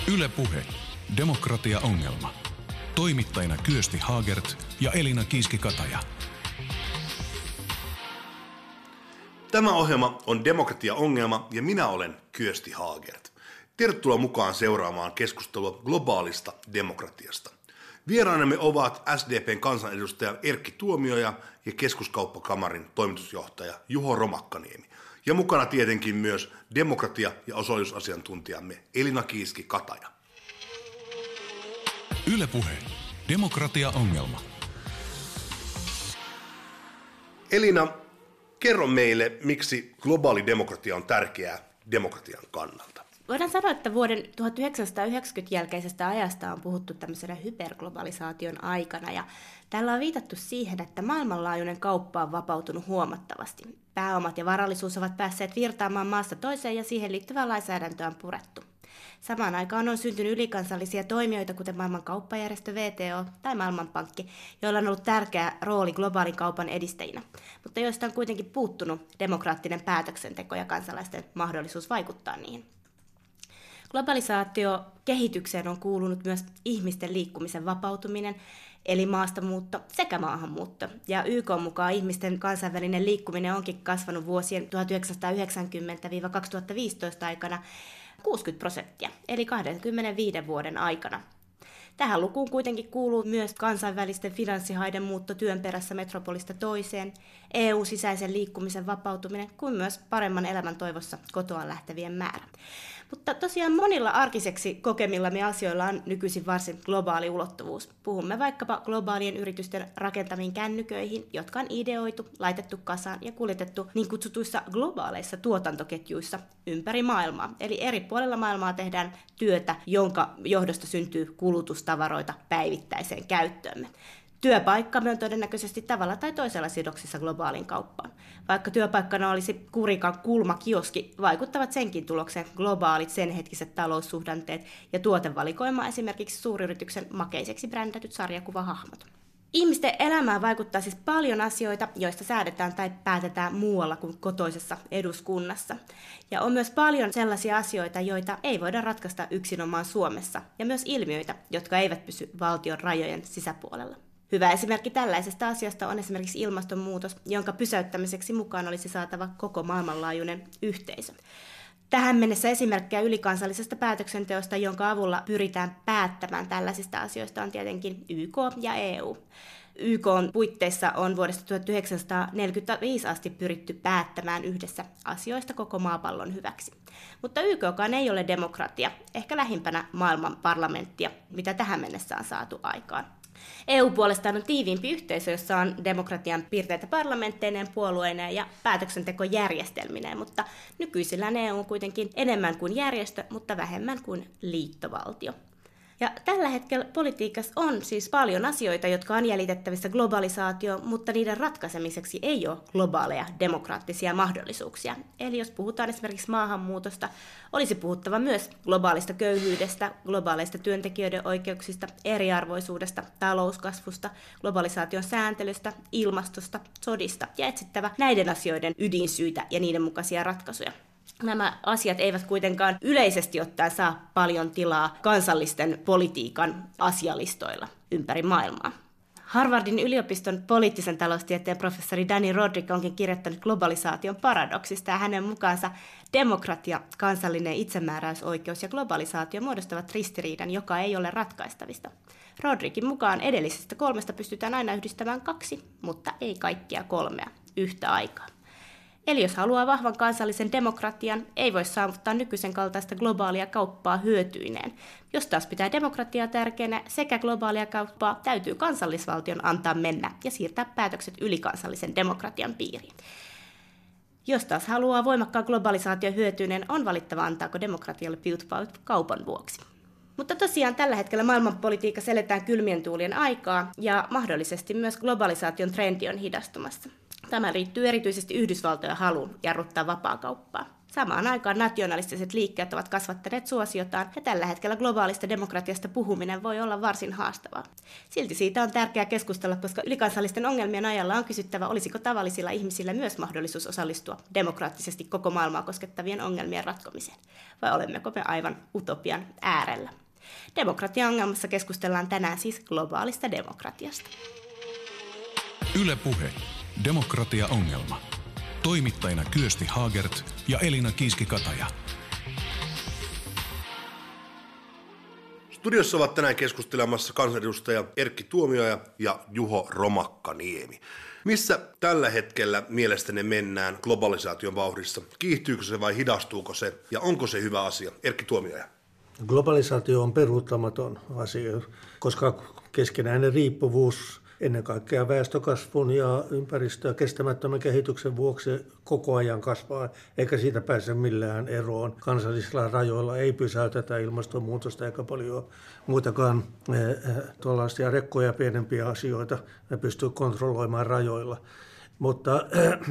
Yle Puhe. Demokratia-ongelma. Toimittajina Kyösti Haagert ja Elina Kiiski-Kataja. Tämä ohjelma on Demokratia-ongelma ja minä olen Kyösti Haagert. Tervetuloa mukaan seuraamaan keskustelua globaalista demokratiasta. Vieraanamme ovat SDP:n kansanedustaja Erkki Tuomioja ja Keskuskauppakamarin toimitusjohtaja Juho Romakkaniemi. Ja mukana tietenkin myös demokratia- ja osallisuusasiantuntijamme Elina Kiiski-Kataja. Yle Puhe. Demokratia-ongelma. Elina, kerro meille, miksi globaali demokratia on tärkeää demokratian kannalta. Voidaan sanoa, että vuoden 1990 jälkeisestä ajasta on puhuttu tämmöisenä hyperglobalisaation aikana, ja tällä on viitattu siihen, että maailmanlaajuinen kauppa on vapautunut huomattavasti. Pääomat ja varallisuus ovat päässeet virtaamaan maasta toiseen ja siihen liittyvää lainsäädäntöä on purettu. Samaan aikaan on syntynyt ylikansallisia toimijoita, kuten maailman kauppajärjestö WTO tai Maailmanpankki, joilla on ollut tärkeä rooli globaalin kaupan edistäjinä, mutta joista on kuitenkin puuttunut demokraattinen päätöksenteko ja kansalaisten mahdollisuus vaikuttaa niihin. Globalisaatio-kehitykseen on kuulunut myös ihmisten liikkumisen vapautuminen, eli maastamuutto sekä maahanmuutto. Ja YK:n mukaan ihmisten kansainvälinen liikkuminen onkin kasvanut vuosien 1990-2015 aikana 60%, eli 25 vuoden aikana. Tähän lukuun kuitenkin kuuluu myös kansainvälisten finanssihaiden muutto työn perässä metropolista toiseen, EU-sisäisen liikkumisen vapautuminen kuin myös paremman elämän toivossa kotoa lähtevien määrä. Mutta tosiaan monilla arkiseksi kokemillamme asioilla on nykyisin varsin globaali ulottuvuus. Puhumme vaikkapa globaalien yritysten rakentamiin kännyköihin, jotka on ideoitu, laitettu kasaan ja kuljetettu niin kutsutuissa globaaleissa tuotantoketjuissa ympäri maailmaa. Eli eri puolilla maailmaa tehdään työtä, jonka johdosta syntyy kulutustavaroita päivittäiseen käyttöömme. Työpaikkamme on todennäköisesti tavalla tai toisella sidoksissa globaalin kauppaan. Vaikka työpaikkana olisi Kurikan kulmakioski, vaikuttavat senkin tulokseen globaalit senhetkiset taloussuhdanteet ja tuotevalikoima esimerkiksi suuryrityksen makeiseksi brändätyt sarjakuvahahmot. Ihmisten elämään vaikuttaa siis paljon asioita, joista säädetään tai päätetään muualla kuin kotoisessa eduskunnassa. Ja on myös paljon sellaisia asioita, joita ei voida ratkaista yksinomaan Suomessa, ja myös ilmiöitä, jotka eivät pysy valtion rajojen sisäpuolella. Hyvä esimerkki tällaisesta asiasta on esimerkiksi ilmastonmuutos, jonka pysäyttämiseksi mukaan olisi saatava koko maailmanlaajuinen yhteisö. Tähän mennessä esimerkkejä ylikansallisesta päätöksenteosta, jonka avulla pyritään päättämään tällaisista asioista, on tietenkin YK ja EU. YK:n puitteissa on vuodesta 1945 asti pyritty päättämään yhdessä asioista koko maapallon hyväksi. Mutta YKkaan ei ole demokratia, ehkä lähimpänä maailman parlamenttia, mitä tähän mennessä on saatu aikaan. EU puolestaan on tiiviimpi yhteisö, jossa on demokratian piirteitä parlamentteineen, puolueineen ja päätöksentekojärjestelmineen, mutta nykyisillään EU on kuitenkin enemmän kuin järjestö, mutta vähemmän kuin liittovaltio. Ja tällä hetkellä politiikassa on siis paljon asioita, jotka on jäljitettävissä globalisaatioon, mutta niiden ratkaisemiseksi ei ole globaaleja demokraattisia mahdollisuuksia. Eli jos puhutaan esimerkiksi maahanmuutosta, olisi puhuttava myös globaalista köyhyydestä, globaaleista työntekijöiden oikeuksista, eriarvoisuudesta, talouskasvusta, globalisaation sääntelystä, ilmastosta, sodista ja etsittävä näiden asioiden ydinsyitä ja niiden mukaisia ratkaisuja. Nämä asiat eivät kuitenkaan yleisesti ottaen saa paljon tilaa kansallisten politiikan asialistoilla ympäri maailmaa. Harvardin yliopiston poliittisen taloustieteen professori Dani Rodrik onkin kirjoittanut globalisaation paradoksista, ja hänen mukaansa demokratia, kansallinen itsemääräysoikeus ja globalisaatio muodostavat ristiriidan, joka ei ole ratkaistavista. Rodrikin mukaan edellisestä kolmesta pystytään aina yhdistämään 2, mutta ei kaikkia 3 yhtä aikaa. Eli jos haluaa vahvan kansallisen demokratian, ei voi saavuttaa nykyisen kaltaista globaalia kauppaa hyötyineen. Jos taas pitää demokratiaa tärkeänä sekä globaalia kauppaa, täytyy kansallisvaltion antaa mennä ja siirtää päätökset ylikansallisen demokratian piiriin. Jos taas haluaa voimakkaan globalisaation hyötyinen, on valittava antaako demokratialle piutpaut kaupan vuoksi. Mutta tosiaan tällä hetkellä maailmanpolitiikassa eletään kylmien tuulien aikaa ja mahdollisesti myös globalisaation trendi on hidastumassa. Tämä liittyy erityisesti Yhdysvaltojen haluun jarruttaa vapaakauppaa. Samaan aikaan nationalistiset liikkeet ovat kasvattaneet suosiotaan ja tällä hetkellä globaalista demokratiasta puhuminen voi olla varsin haastavaa. Silti siitä on tärkeää keskustella, koska ylikansallisten ongelmien ajalla on kysyttävä, olisiko tavallisilla ihmisillä myös mahdollisuus osallistua demokraattisesti koko maailmaa koskettavien ongelmien ratkomiseen, vai olemmeko me aivan utopian äärellä. Demokratia-ongelmassa keskustellaan tänään siis globaalista demokratiasta. Yle Puhe. Demokratia-ongelma. Toimittajina Kyösti Haagert ja Elina Kiiski-Kataja. Studiossa ovat tänään keskustelemassa kansanedustaja Erkki Tuomioja ja Juho Romakkaniemi. Missä tällä hetkellä mielestäni mennään globalisaation vauhdissa? Kiihtyykö se vai hidastuuko se ja onko se hyvä asia? Erkki Tuomioja. Globalisaatio on peruuttamaton asia, koska keskinäinen riippuvuus ennen kaikkea väestökasvun ja ympäristöä kestämättömän kehityksen vuoksi koko ajan kasvaa, eikä siitä pääse millään eroon. Kansallisilla rajoilla ei pysäytetä ilmastonmuutosta eikä paljon muitakaan tuollaisia rekkoja pienempiä asioita me pystyy kontrolloimaan rajoilla. Mutta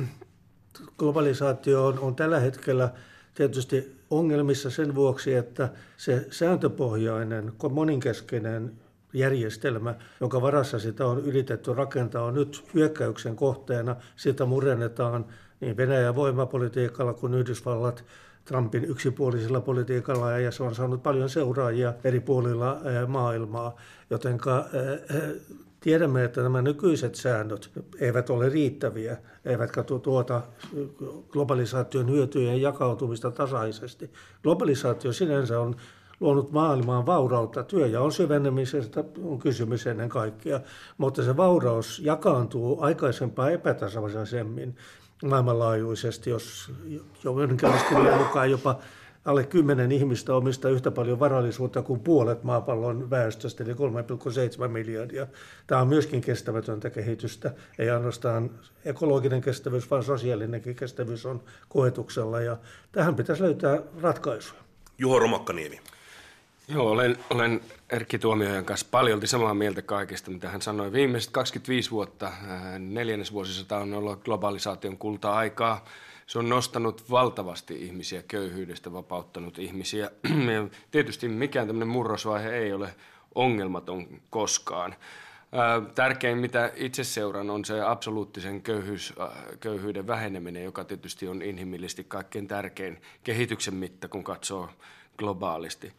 globalisaatio on tällä hetkellä tietysti ongelmissa sen vuoksi, että se sääntöpohjainen, moninkeskeinen järjestelmä, jonka varassa sitä on yritetty rakentaa, on nyt hyökkäyksen kohteena. Sitä murennetaan niin Venäjän voimapolitiikalla kuin Yhdysvallat Trumpin yksipuolisella politiikalla, ja se on saanut paljon seuraajia eri puolilla maailmaa, jotenka tiedämme, että nämä nykyiset säännöt eivät ole riittäviä, eivätkä tuota globalisaation hyötyjen jakautumista tasaisesti. Globalisaatio sinänsä on luonut maailmaan vaurautta. Työjaon syvenemisestä on kysymys ennen kaikkea, mutta se vauraus jakaantuu aikaisempaa epätasaisemmin maailmanlaajuisesti, jos jonkinlaisten mukaan jopa alle 10 ihmistä omistaa yhtä paljon varallisuutta kuin puolet maapallon väestöstä, eli 3,7 miljardia. Tämä on myöskin kestämätöntä kehitystä. Ei ainoastaan ekologinen kestävyys, vaan sosiaalinenkin kestävyys on koetuksella, ja tähän pitäisi löytää ratkaisuja. Juho Romakkaniemi. Joo, olen Erkki Tuomiojan kanssa paljolti samaa mieltä kaikesta, mitä hän sanoi. Viimeiset 25 vuotta, neljännesvuosisata on ollut globalisaation kulta-aikaa. Se on nostanut valtavasti ihmisiä köyhyydestä, vapauttanut ihmisiä. Tietysti mikään tämmöinen murrosvaihe ei ole ongelmaton koskaan. Tärkein, mitä itse seuraan, on se absoluuttisen köyhyyden väheneminen, joka tietysti on inhimillisesti kaikkein tärkein kehityksen mitta, kun katsoo globaalisti.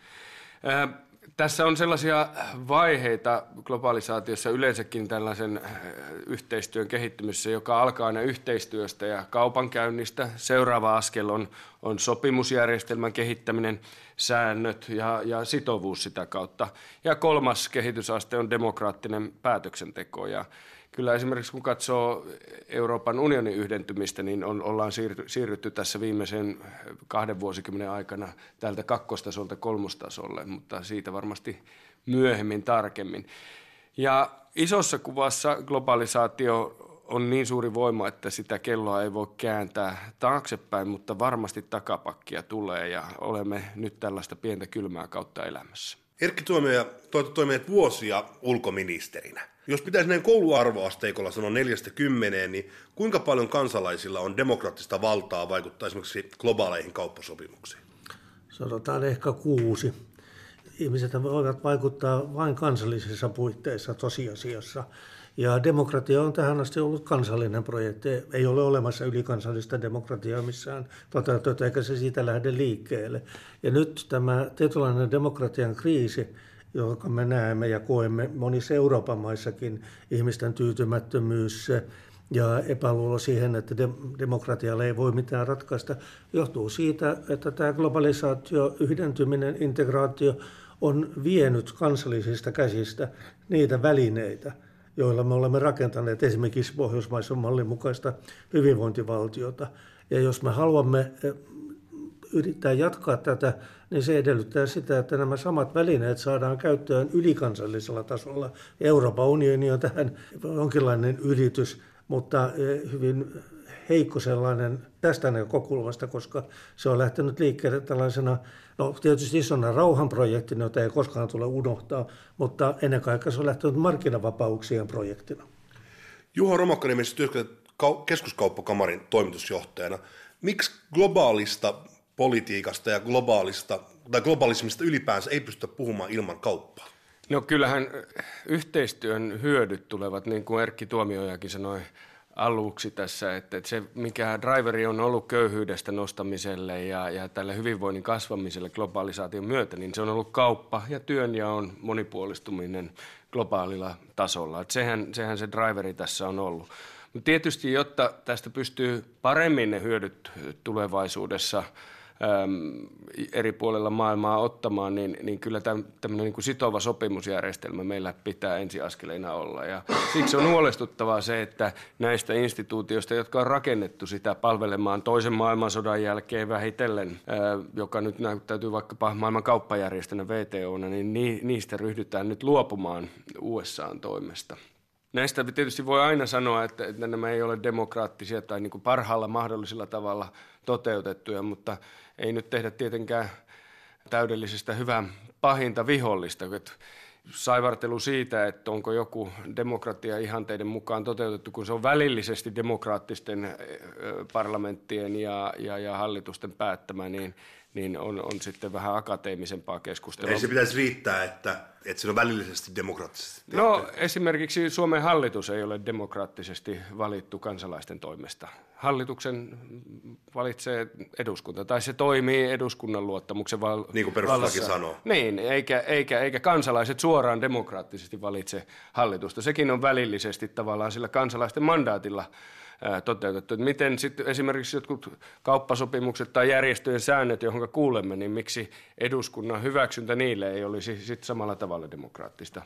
Tässä on sellaisia vaiheita globalisaatiossa yleensäkin tällaisen yhteistyön kehittymisessä, joka alkaa aina yhteistyöstä ja kaupankäynnistä. Seuraava askel on sopimusjärjestelmän kehittäminen, säännöt ja sitovuus sitä kautta. Ja kolmas kehitysaste on demokraattinen päätöksenteko. Ja kyllä esimerkiksi kun katsoo Euroopan unionin yhdentymistä, niin ollaan siirrytty tässä viimeisen 2 vuosikymmenen aikana täältä kakkostasolta kolmostasolle, mutta siitä varmasti myöhemmin tarkemmin. Ja isossa kuvassa globalisaatio on niin suuri voima, että sitä kelloa ei voi kääntää taaksepäin, mutta varmasti takapakkia tulee ja olemme nyt tällaista pientä kylmää kautta elämässä. Erkki Tuomioja, olette toimineet vuosia ulkoministerinä. Jos pitäisi näin kouluarvoasteikolla sanoa 4-10, niin kuinka paljon kansalaisilla on demokraattista valtaa vaikuttaa esimerkiksi globaaleihin kauppasopimuksiin? Sanotaan ehkä 6. Ihmiset voivat vaikuttaa vain kansallisissa puitteissa tosiasiassa. Ja demokratia on tähän asti ollut kansallinen projekti. Ei ole olemassa ylikansallista demokratiaa missään toteutettu, eikä se siitä lähde liikkeelle. Ja nyt tämä tietynlainen demokratian kriisi, jonka me näemme ja koemme monissa Euroopan maissakin, ihmisten tyytymättömyys ja epäluulo siihen, että demokratialle ei voi mitään ratkaista, johtuu siitä, että tämä globalisaatio, yhdentyminen, integraatio on vienyt kansallisista käsistä niitä välineitä, joilla me olemme rakentaneet esimerkiksi pohjoismaisen mallin mukaista hyvinvointivaltiota. Ja jos me haluamme yrittää jatkaa tätä, niin se edellyttää sitä, että nämä samat välineet saadaan käyttöön ylikansallisella tasolla. Euroopan unioni on tähän jonkinlainen yritys, mutta hyvin heikko sellainen tästä näkökulmasta, koska se on lähtenyt liikkeelle tällaisena, tietysti isona rauhanprojektina, jota ei koskaan tule unohtaa, mutta ennen kaikkea se on lähtenyt markkinavapauksien projektina. Juho Romakkaniemi, työskentelet Keskuskauppakamarin toimitusjohtajana. Miksi globaalista politiikasta ja globalismista ylipäänsä ei pystytä puhumaan ilman kauppaa? No kyllähän yhteistyön hyödyt tulevat, niin kuin Erkki Tuomiojakin sanoi aluksi tässä, että se mikä driveri on ollut köyhyydestä nostamiselle ja tälle hyvinvoinnin kasvamiselle globalisaation myötä, niin se on ollut kauppa ja työnjaon monipuolistuminen globaalilla tasolla. Että sehän se driveri tässä on ollut. Mutta tietysti, jotta tästä pystyy paremmin ne hyödyt tulevaisuudessa eri puolilla maailmaa ottamaan, niin kyllä tämmöinen niin kuin sitova sopimusjärjestelmä meillä pitää ensiaskeleina olla. Ja siksi on huolestuttavaa se, että näistä instituutioista, jotka on rakennettu sitä palvelemaan toisen maailmansodan jälkeen vähitellen, joka nyt näyttäytyy vaikkapa maailman kauppajärjestönä WTO:na, niin niistä ryhdytään nyt luopumaan USA:n toimesta. Näistä tietysti voi aina sanoa, että nämä ei ole demokraattisia tai niin kuin parhaalla mahdollisella tavalla toteutettuja, mutta ei nyt tehdä tietenkään täydellisestä hyvää pahinta vihollista. Saivartelu siitä, että onko joku demokratia-ihanteiden mukaan toteutettu, kun se on välillisesti demokraattisten parlamenttien ja hallitusten päättämä, niin on sitten vähän akateemisempaa keskustelua. Ei se pitäisi riittää, että se on välillisesti demokraattisesti tehty. No esimerkiksi Suomen hallitus ei ole demokraattisesti valittu kansalaisten toimesta. Hallituksen valitsee eduskunta, tai se toimii eduskunnan luottamuksen vallassa. Niin kuin perustuslaki sanoo. Niin, eikä kansalaiset suoraan demokraattisesti valitse hallitusta. Sekin on välillisesti tavallaan sillä kansalaisten mandaatilla toteutettu. Että miten sitten esimerkiksi jotkut kauppasopimukset tai järjestöjen säännöt, johon kuulemme, niin miksi eduskunnan hyväksyntä niille ei olisi sitten samalla tavalla demokraattista?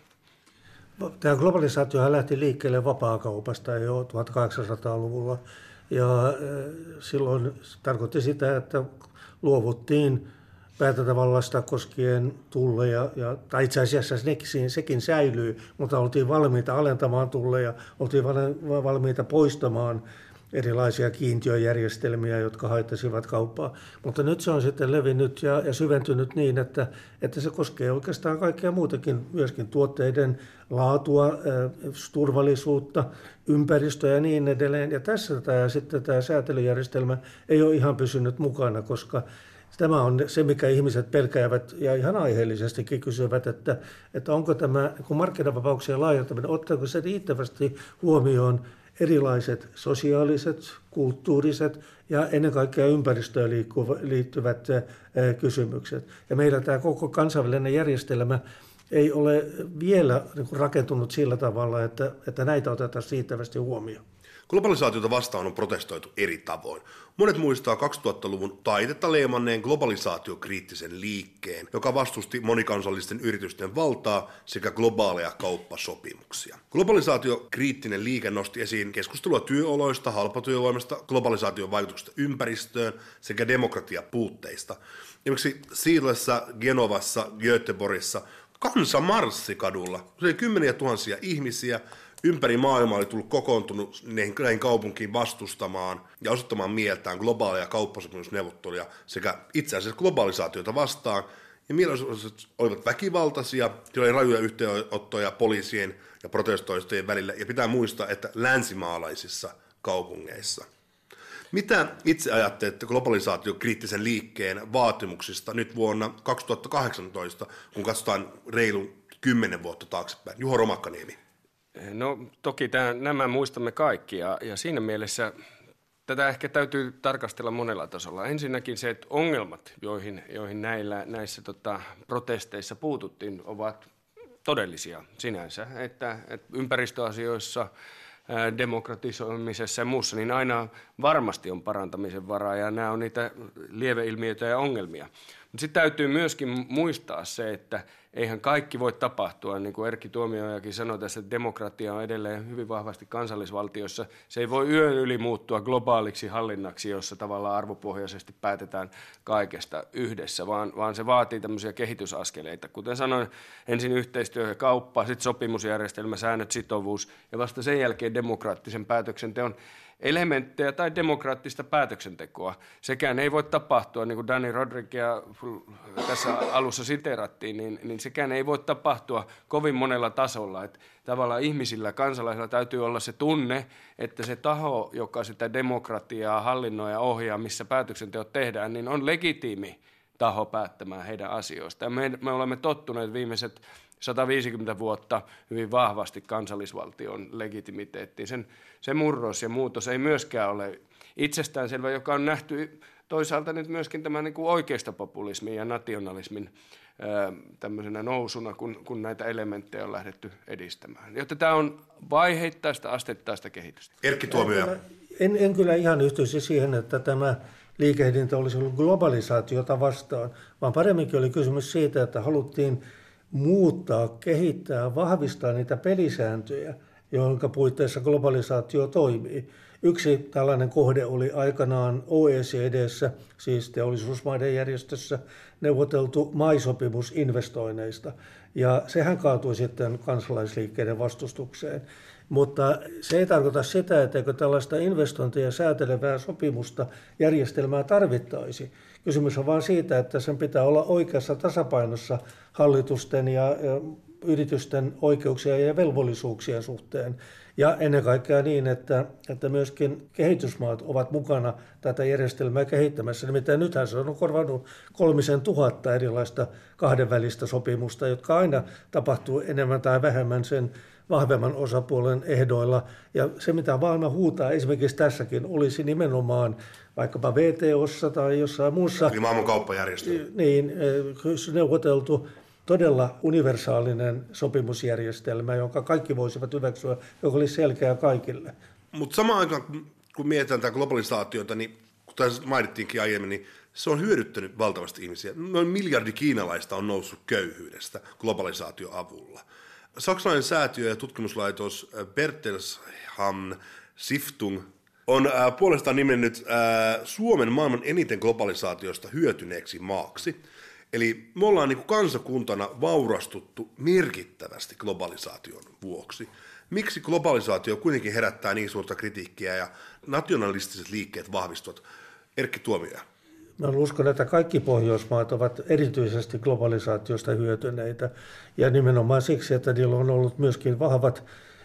Tämä globalisaatiohan lähti liikkeelle vapaakaupasta jo 1800-luvulla ja silloin tarkoitti sitä, että luovuttiin päätäntävallasta koskien tulleja, tai itse asiassa sekin säilyy, mutta oltiin valmiita alentamaan tulleja, oltiin valmiita poistamaan erilaisia kiintiöjärjestelmiä, jotka haittasivat kauppaa. Mutta nyt se on sitten levinnyt ja syventynyt niin, että se koskee oikeastaan kaikkea muutakin, myöskin tuotteiden laatua, turvallisuutta, ympäristöä ja niin edelleen. Ja tässä tämä säätelyjärjestelmä ei ole ihan pysynyt mukana, koska tämä on se, mikä ihmiset pelkäävät ja ihan aiheellisestikin kysyvät, että onko tämä, kun markkinavapauksien laajentaminen, ottaako se riittävästi huomioon erilaiset sosiaaliset, kulttuuriset ja ennen kaikkea ympäristöön liittyvät kysymykset. Ja meillä tämä koko kansainvälinen järjestelmä ei ole vielä rakentunut sillä tavalla, että näitä otetaan riittävästi huomioon. Globalisaatiota vastaan on protestoitu eri tavoin. Monet muistaa 2000-luvun taitetta leimanneen globalisaatiokriittisen liikkeen, joka vastusti monikansallisten yritysten valtaa sekä globaaleja kauppasopimuksia. Globalisaatiokriittinen liike nosti esiin keskustelua työoloista, halpatyövoimasta, globalisaation vaikutuksesta ympäristöön sekä demokratiapuutteista. Esimerkiksi Siilessä, Genovassa, Göteborgissa kansa marssi kadulla. Se oli kymmeniä tuhansia ihmisiä. Ympäri maailmaa oli tullut kokoontunut näihin kaupunkiin vastustamaan ja osoittamaan mieltään globaaleja kauppasopimusneuvotteluja sekä itse asiassa globalisaatiota vastaan. Ja mielenosoitukset olivat väkivaltaisia, oli rajuja yhteenottoja poliisien ja protestoijien välillä. Ja pitää muistaa, että länsimaalaisissa kaupungeissa. Mitä itse ajattelette globalisaatiokriittisen liikkeen vaatimuksista nyt vuonna 2018, kun katsotaan reilun 10 vuotta taaksepäin? Juho Romakkaniemi. No toki nämä muistamme kaikki ja siinä mielessä tätä ehkä täytyy tarkastella monella tasolla. Ensinnäkin se, että ongelmat, joihin näissä protesteissa puututtiin, ovat todellisia sinänsä, että ympäristöasioissa, demokratisoimisessa ja muussa, niin aina varmasti on parantamisen varaa ja nämä on niitä lieveilmiöitä ja ongelmia. Mutta sitten täytyy myöskin muistaa se, että eihän kaikki voi tapahtua, niin kuin Erkki Tuomiojakin sanoi tässä, että demokratia on edelleen hyvin vahvasti kansallisvaltioissa. Se ei voi yön yli muuttua globaaliksi hallinnaksi, jossa tavallaan arvopohjaisesti päätetään kaikesta yhdessä, vaan se vaatii tämmöisiä kehitysaskeleita. Kuten sanoin, ensin yhteistyö ja kauppa, sitten sopimusjärjestelmä, säännöt, sitovuus ja vasta sen jälkeen demokraattisen päätöksenteon elementtejä tai demokraattista päätöksentekoa. Sekään ei voi tapahtua, niin kuin Dani Rodriguezia tässä alussa siteerattiin, niin sekään ei voi tapahtua kovin monella tasolla. Että tavallaan ihmisillä, kansalaisilla täytyy olla se tunne, että se taho, joka sitä demokratiaa hallinnoi ja ohjaa, missä päätöksenteot tehdään, niin on legitiimi taho päättämään heidän asioistaan. Me olemme tottuneet viimeiset 150 vuotta hyvin vahvasti kansallisvaltion legitimiteettiin. Se murros ja muutos ei myöskään ole itsestäänselvä, joka on nähty toisaalta nyt myöskin tämän niin kuin oikeistopopulismin ja nationalismin tämmöisenä nousuna, kun näitä elementtejä on lähdetty edistämään. Jotta tämä on vaiheittaista, asteittaista kehitystä. Erkki Tuomioja. En kyllä ihan yhtyisi siihen, että tämä liikehdintä olisi ollut globalisaatiota vastaan, vaan paremminkin oli kysymys siitä, että haluttiin muuttaa, kehittää, vahvistaa niitä pelisääntöjä, jonka puitteissa globalisaatio toimii. Yksi tällainen kohde oli aikanaan OECD:ssä, siis teollisuusmaiden järjestössä, neuvoteltu MAI-sopimus investoinneista. Ja sehän kaatui sitten kansalaisliikkeiden vastustukseen. Mutta se ei tarkoita sitä, etteikö tällaista investointeja säätelevää sopimusta järjestelmää tarvittaisi. Kysymys on vain siitä, että sen pitää olla oikeassa tasapainossa hallitusten ja yritysten oikeuksia ja velvollisuuksien suhteen. Ja ennen kaikkea niin, että myöskin kehitysmaat ovat mukana tätä järjestelmää kehittämässä. Nimittäin nythän se on korvannut 3000 erilaista kahdenvälistä sopimusta, jotka aina tapahtuu enemmän tai vähemmän sen vahvemman osapuolen ehdoilla. Ja se, mitä maailma huutaa esimerkiksi tässäkin, olisi nimenomaan vaikkapa WTO:ssa tai jossain muussa Eli maailman kauppajärjestö. Niin, neuvoteltu todella universaalinen sopimusjärjestelmä, jonka kaikki voisivat hyväksyä, joka olisi selkeä kaikille. Mutta samaan aikaan, kun mietitään tätä globalisaatiota, niin kuten mainittiinkin aiemmin, niin se on hyödyttänyt valtavasti ihmisiä. Noin 1 miljardi kiinalaista on noussut köyhyydestä globalisaatioavulla. Saksalainen säätiö ja tutkimuslaitos Bertelsmann Stiftung on puolestaan nimennyt Suomen maailman eniten globalisaatiosta hyötyneeksi maaksi. Eli me ollaan niin kuin kansakuntana vaurastuttu merkittävästi globalisaation vuoksi. Miksi globalisaatio kuitenkin herättää niin suurta kritiikkiä ja nationalistiset liikkeet vahvistuvat? Erkki Tuomioja. Mä uskon, että kaikki Pohjoismaat ovat erityisesti globalisaatiosta hyötyneitä ja nimenomaan siksi, että niillä on ollut myöskin vahvat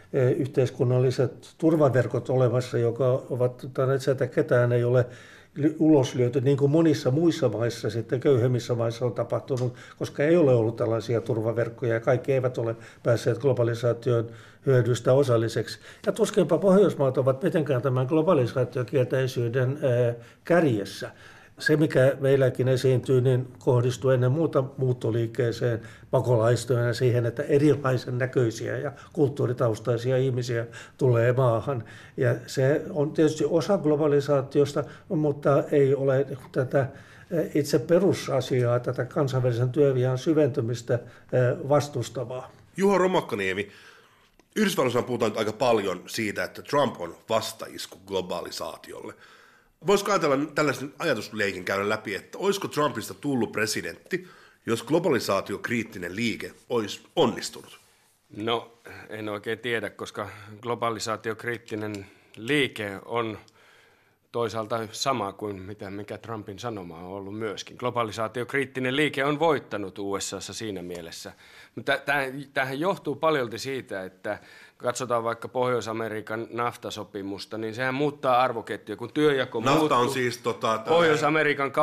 yhteiskunnalliset turvaverkot olemassa, joka ovat tainneet että ketään ei ole uloslyöty, niin kuin monissa muissa maissa, sitten köyhemmissä maissa on tapahtunut, koska ei ole ollut tällaisia turvaverkkoja ja kaikki eivät ole päässeet globalisaation hyödystä osalliseksi. Ja tuskinpa Pohjoismaat ovat mitenkään tämän globalisaatiokielteisyyden kärjessä. Se, mikä meilläkin esiintyy, niin kohdistuu ennen muuta muuttoliikkeeseen, pakolaistoon ja siihen, että erilaisen näköisiä ja kulttuuritaustaisia ihmisiä tulee maahan. Ja se on tietysti osa globalisaatiosta, mutta ei ole tätä itse perusasiaa, tätä kansainvälisen työvian syventymistä vastustavaa. Juho Romakkaniemi, Yhdysvalloissa puhutaan nyt aika paljon siitä, että Trump on vastaisku globalisaatiolle. Voisiko ajatella tällaisen ajatusleikin käydä läpi, että olisiko Trumpista tullut presidentti, jos globalisaatiokriittinen liike olisi onnistunut? No, en oikein tiedä, koska globalisaatiokriittinen liike on toisaalta sama kuin mikä Trumpin sanoma on ollut myöskin. Globalisaatiokriittinen liike on voittanut USAssa siinä mielessä. Mutta tämähän johtuu paljolti siitä, että katsotaan vaikka Pohjois-Amerikan NAFTA-sopimusta, niin sehän muuttaa arvoketjuja, kun työjako NAFTA muuttuu. On siis Pohjois-Amerikan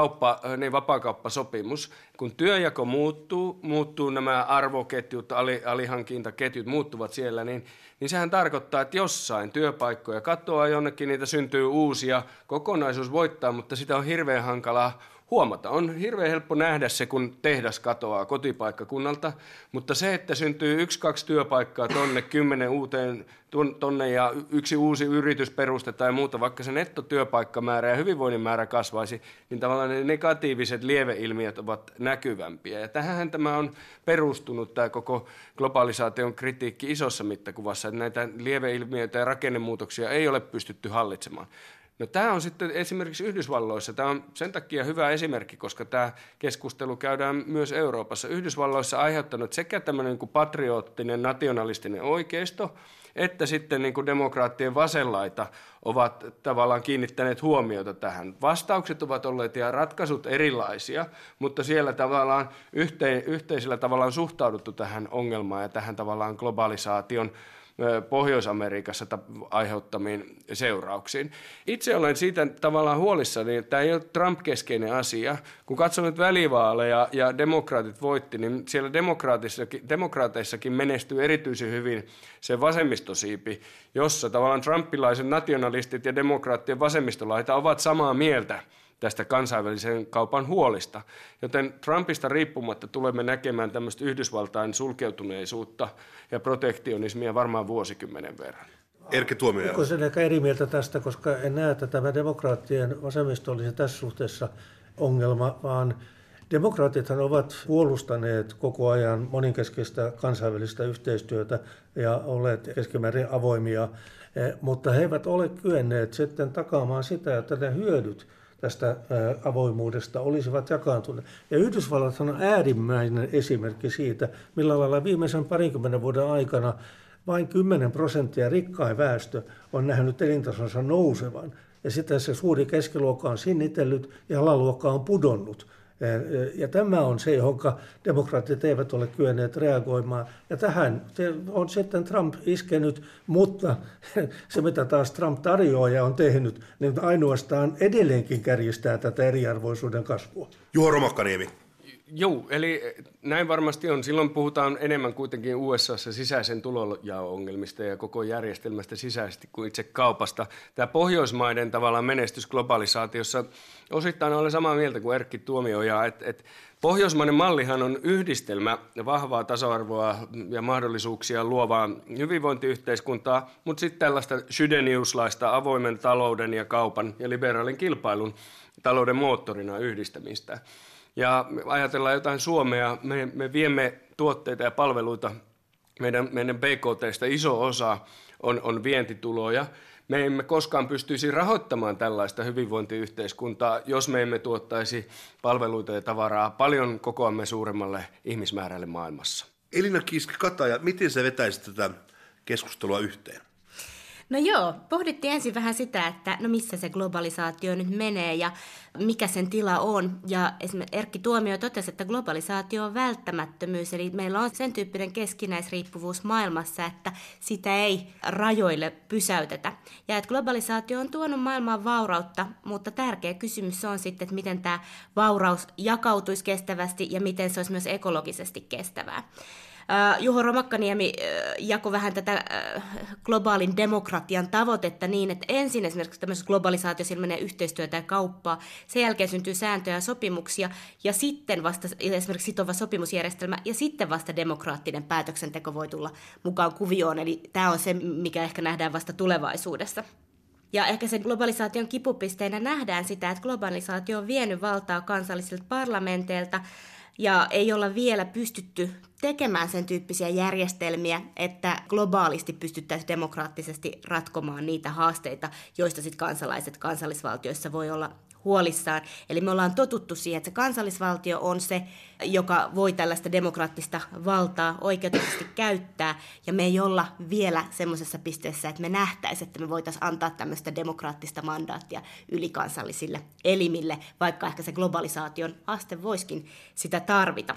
vapaakauppasopimus. Kun työjako muuttuu nämä arvoketjut, alihankintaketjut muuttuvat siellä, niin sehän tarkoittaa, että jossain työpaikkoja katoaa jonnekin, niitä syntyy uusia, kokonaisuus voittaa, mutta sitä on hirveän hankalaa huomata. On hirveän helppo nähdä se, kun tehdas katoaa kotipaikkakunnalta, mutta se, että syntyy 1-2 työpaikkaa tonne 10 uuteen tonne ja yksi uusi yritys perustetaan ja muuta, vaikka se nettotyöpaikkamäärä ja hyvinvoinnin määrä kasvaisi, niin tavallaan ne negatiiviset lieveilmiöt ovat näkyvämpiä. Ja tähän tämä on perustunut, tämä koko globalisaation kritiikki isossa mittakuvassa, että näitä lieveilmiöitä ja rakennemuutoksia ei ole pystytty hallitsemaan. No tämä on sitten esimerkiksi Yhdysvalloissa, tämä on sen takia hyvä esimerkki, koska tämä keskustelu käydään myös Euroopassa. Yhdysvalloissa aiheuttanut sekä tämmöinen niin kuin patriottinen, nationalistinen oikeisto, että sitten niin kuin demokraattien vasenlaita ovat tavallaan kiinnittäneet huomiota tähän. Vastaukset ovat olleet ja ratkaisut erilaisia, mutta siellä tavallaan yhteisellä tavallaan suhtauduttu tähän ongelmaan ja tähän tavallaan globalisaation Pohjois-Amerikassa aiheuttamiin seurauksiin. Itse olen siitä tavallaan huolissani, että tämä ei ole Trump-keskeinen asia. Kun katson nyt välivaaleja ja demokraatit voitti, niin siellä demokraateissakin menestyy erityisen hyvin se vasemmistosiipi, jossa tavallaan trumpilaiset nationalistit ja demokraattien vasemmistolaita ovat samaa mieltä tästä kansainvälisen kaupan huolista. Joten Trumpista riippumatta tulemme näkemään tämmöistä Yhdysvaltain sulkeutuneisuutta ja protektionismia varmaan vuosikymmenen verran. Erkki Tuomioja. Olen ehkä eri mieltä tästä, koska en näe, että tämä demokraattien vasemmisto olisi tässä suhteessa ongelma, vaan demokraatithan ovat puolustaneet koko ajan moninkeskeistä kansainvälistä yhteistyötä ja olleet keskimäärin avoimia, mutta he eivät ole kyenneet sitten takaamaan sitä, että ne hyödyt tästä avoimuudesta olisivat jakaantuneet. Ja Yhdysvallat on äärimmäinen esimerkki siitä, millä lailla viimeisen 20 vuoden aikana vain 10% rikkain väestö on nähnyt elintasonsa nousevan. Ja sitten se suuri keskiluokka on sinnitellyt ja alaluokka on pudonnut. Ja tämä on se, johon demokraatit eivät ole kyenneet reagoimaan. Ja tähän on sitten Trump iskenyt, mutta se mitä taas Trump tarjoaa ja on tehnyt, niin ainoastaan edelleenkin kärjistää tätä eriarvoisuuden kasvua. Juho Romakkaniemi. Joo, eli näin varmasti on. Silloin puhutaan enemmän kuitenkin USA:ssa sisäisen tulonjao-ongelmista ja koko järjestelmästä sisäisesti kuin itse kaupasta. Tämä Pohjoismaiden tavallaan menestys globalisaatiossa, osittain olen samaa mieltä kuin Erkki Tuomioja, että pohjoismainen mallihan on yhdistelmä vahvaa tasa-arvoa ja mahdollisuuksia luovaa hyvinvointiyhteiskuntaa, mutta sitten tällaista Chydeniuslaista avoimen talouden ja kaupan ja liberaalin kilpailun talouden moottorina yhdistämistä. Ja ajatellaan jotain Suomea, me viemme tuotteita ja palveluita, meidän BKT:stä iso osa on vientituloja. Me emme koskaan pystyisi rahoittamaan tällaista hyvinvointiyhteiskuntaa, jos me emme tuottaisi palveluita ja tavaraa paljon kokoamme suuremmalle ihmismäärälle maailmassa. Elina Kiiski-Kataja, miten sä vetäisit tätä keskustelua yhteen? No joo, pohdittiin ensin vähän sitä, että no missä se globalisaatio nyt menee ja mikä sen tila on. Ja esimerkiksi Erkki Tuomio totesi, että globalisaatio on välttämättömyys, eli meillä on sen tyyppinen keskinäisriippuvuus maailmassa, että sitä ei rajoille pysäytetä. Ja että globalisaatio on tuonut maailmaan vaurautta, mutta tärkeä kysymys on sitten, että miten tämä vauraus jakautuisi kestävästi ja miten se olisi myös ekologisesti kestävää. Juho Romakkaniemi jakoi vähän tätä globaalin demokratian tavoitetta niin, että ensin esimerkiksi tämmöisessä globalisaatiossa ilmenee yhteistyötä ja kauppaa, sen jälkeen syntyy sääntöjä ja sopimuksia, ja sitten vasta esimerkiksi sitova sopimusjärjestelmä, ja sitten vasta demokraattinen päätöksenteko voi tulla mukaan kuvioon, eli tämä on se, mikä ehkä nähdään vasta tulevaisuudessa. Ja ehkä sen globalisaation kipupisteenä nähdään sitä, että globalisaatio on vienyt valtaa kansallisilta parlamenteilta, ja ei olla vielä pystytty tekemään sen tyyppisiä järjestelmiä, että globaalisti pystyttäisiin demokraattisesti ratkomaan niitä haasteita, joista sitten kansalaiset kansallisvaltioissa voi olla huolissaan. Eli me ollaan totuttu siihen, että se kansallisvaltio on se, joka voi tällaista demokraattista valtaa oikeutetusti käyttää, ja me ei olla vielä semmoisessa pisteessä, että me nähtäisiin, että me voitaisiin antaa tämmöistä demokraattista mandaattia ylikansallisille elimille, vaikka ehkä se globalisaation aste voisikin sitä tarvita.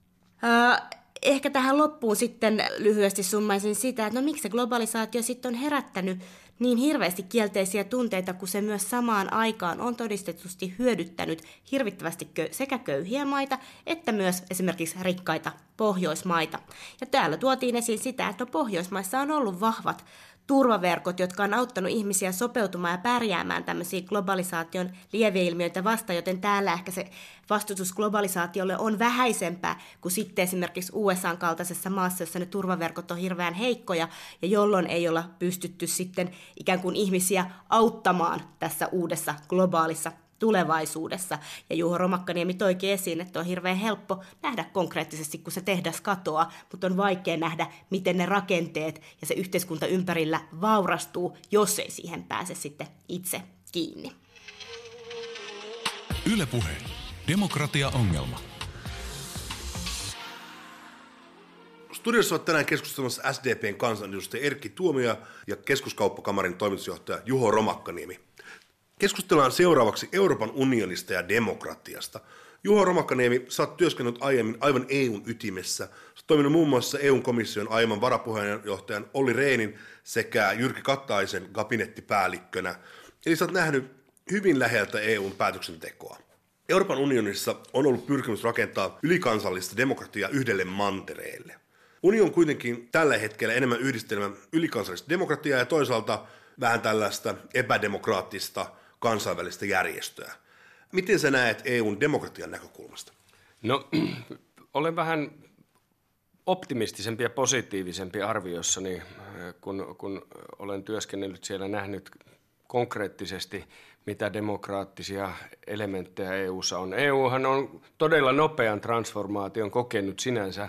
Ehkä tähän loppuun sitten lyhyesti summaisin sitä, että no miksi se globalisaatio sitten on herättänyt niin hirveästi kielteisiä tunteita, kun se myös samaan aikaan on todistetusti hyödyttänyt hirvittävästi sekä köyhiä maita, että myös esimerkiksi rikkaita Pohjoismaita. Ja täällä tuotiin esiin sitä, että Pohjoismaissa on ollut vahvat turvaverkot, jotka on auttanut ihmisiä sopeutumaan ja pärjäämään tämmöisiä globalisaation lieveilmiöitä vastaan, joten täällä ehkä se vastustus globalisaatiolle on vähäisempää kuin sitten esimerkiksi USA:n kaltaisessa maassa, jossa ne turvaverkot on hirveän heikkoja ja jolloin ei olla pystytty sitten ikään kuin ihmisiä auttamaan tässä uudessa globaalissa tulevaisuudessa. Ja Juho Romakkaniemi toikin esiin, että on hirveän helppo nähdä konkreettisesti, kun se tehdas katoaa, mutta on vaikea nähdä, miten ne rakenteet ja se yhteiskunta ympärillä vaurastuu, jos ei siihen pääse sitten itse kiinni. Yle Puhe. Demokratia-ongelma. Studiossa ovat tänään keskustelemassa SDPn kansanedustaja Erkki Tuomioja ja Keskuskauppakamarin toimitusjohtaja Juho Romakkaniemi. Keskustellaan seuraavaksi Euroopan unionista ja demokratiasta. Juho Romakkaniemi, sä oot työskennellyt aiemmin aivan EUn ytimessä. Sä oot toiminut muun muassa EUn-komission aiemman varapuheenjohtajan Olli Rehnin sekä Jyrki Kataisen kabinettipäällikkönä. Eli sä oot nähnyt hyvin läheltä EUn päätöksentekoa. Euroopan unionissa on ollut pyrkimys rakentaa ylikansallista demokratiaa yhdelle mantereelle. Union kuitenkin tällä hetkellä enemmän yhdistelmä ylikansallista demokratiaa ja toisaalta vähän tällaista epädemokraattista kansainvälistä järjestöä. Miten sä näet EUn demokratian näkökulmasta? No, olen vähän optimistisempi ja positiivisempi arviossani, kun olen työskennellyt siellä, nähnyt konkreettisesti, mitä demokraattisia elementtejä EU:ssa on. EUhan on todella nopean transformaation kokenut sinänsä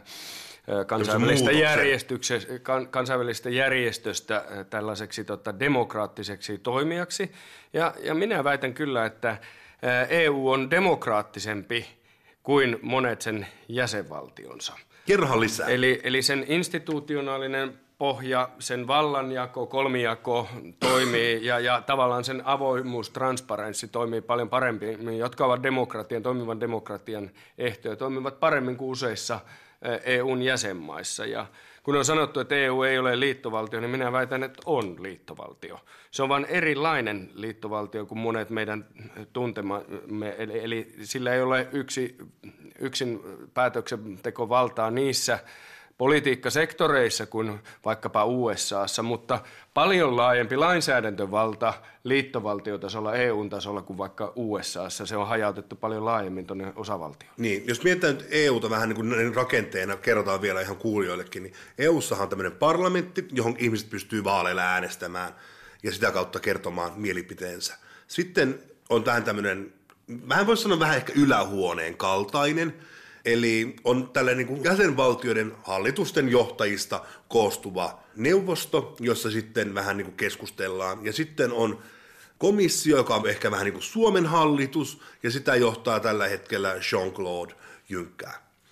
kansainvälisestä järjestöstä tällaiseksi demokraattiseksi toimijaksi. Ja minä väitän kyllä, että EU on demokraattisempi kuin monet sen jäsenvaltionsa. Kerrohan lisää. Eli sen institutionaalinen pohja, sen vallanjako, kolmijako toimii ja tavallaan sen avoimuus, transparenssi toimii paljon paremmin, jotka ovat toimivan demokratian ehtoja, toimivat paremmin kuin useissa EUn jäsenmaissa. Ja kun on sanottu, että EU ei ole liittovaltio, niin minä väitän, että on liittovaltio. Se on vain erilainen liittovaltio kuin monet meidän tuntemamme, eli sillä ei ole yksin päätöksentekovaltaa niissä politiikkasektoreissa kuin vaikkapa USAssa, mutta paljon laajempi lainsäädäntövalta liittovaltiotasolla, EU-tasolla kuin vaikka USAssa. Se on hajautettu paljon laajemmin tuonne osavaltioon. Niin, jos mietitään nyt EUta vähän niin kuin rakenteena, kerrotaan vielä ihan kuulijoillekin, niin EUssahan on tämmöinen parlamentti, johon ihmiset pystyy vaaleilla äänestämään ja sitä kautta kertomaan mielipiteensä. Sitten on tämmöinen, vähän voisi sanoa vähän ehkä ylähuoneen kaltainen, eli on tällainen niin kuin jäsenvaltioiden hallitusten johtajista koostuva neuvosto, jossa sitten vähän niin kuin keskustellaan. Ja sitten on komissio, joka on ehkä vähän niin kuin Suomen hallitus, ja sitä johtaa tällä hetkellä Jean-Claude Juncker.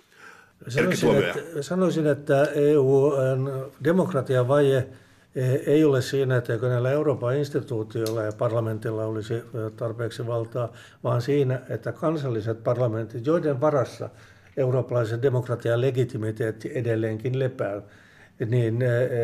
Sanoisin, että EU-demokratian vaje ei ole siinä, että näillä Euroopan instituutioilla ja parlamentilla olisi tarpeeksi valtaa, vaan siinä, että kansalliset parlamentit, joiden varassa eurooppalaisen demokratian legitimiteetti edelleenkin lepää, niin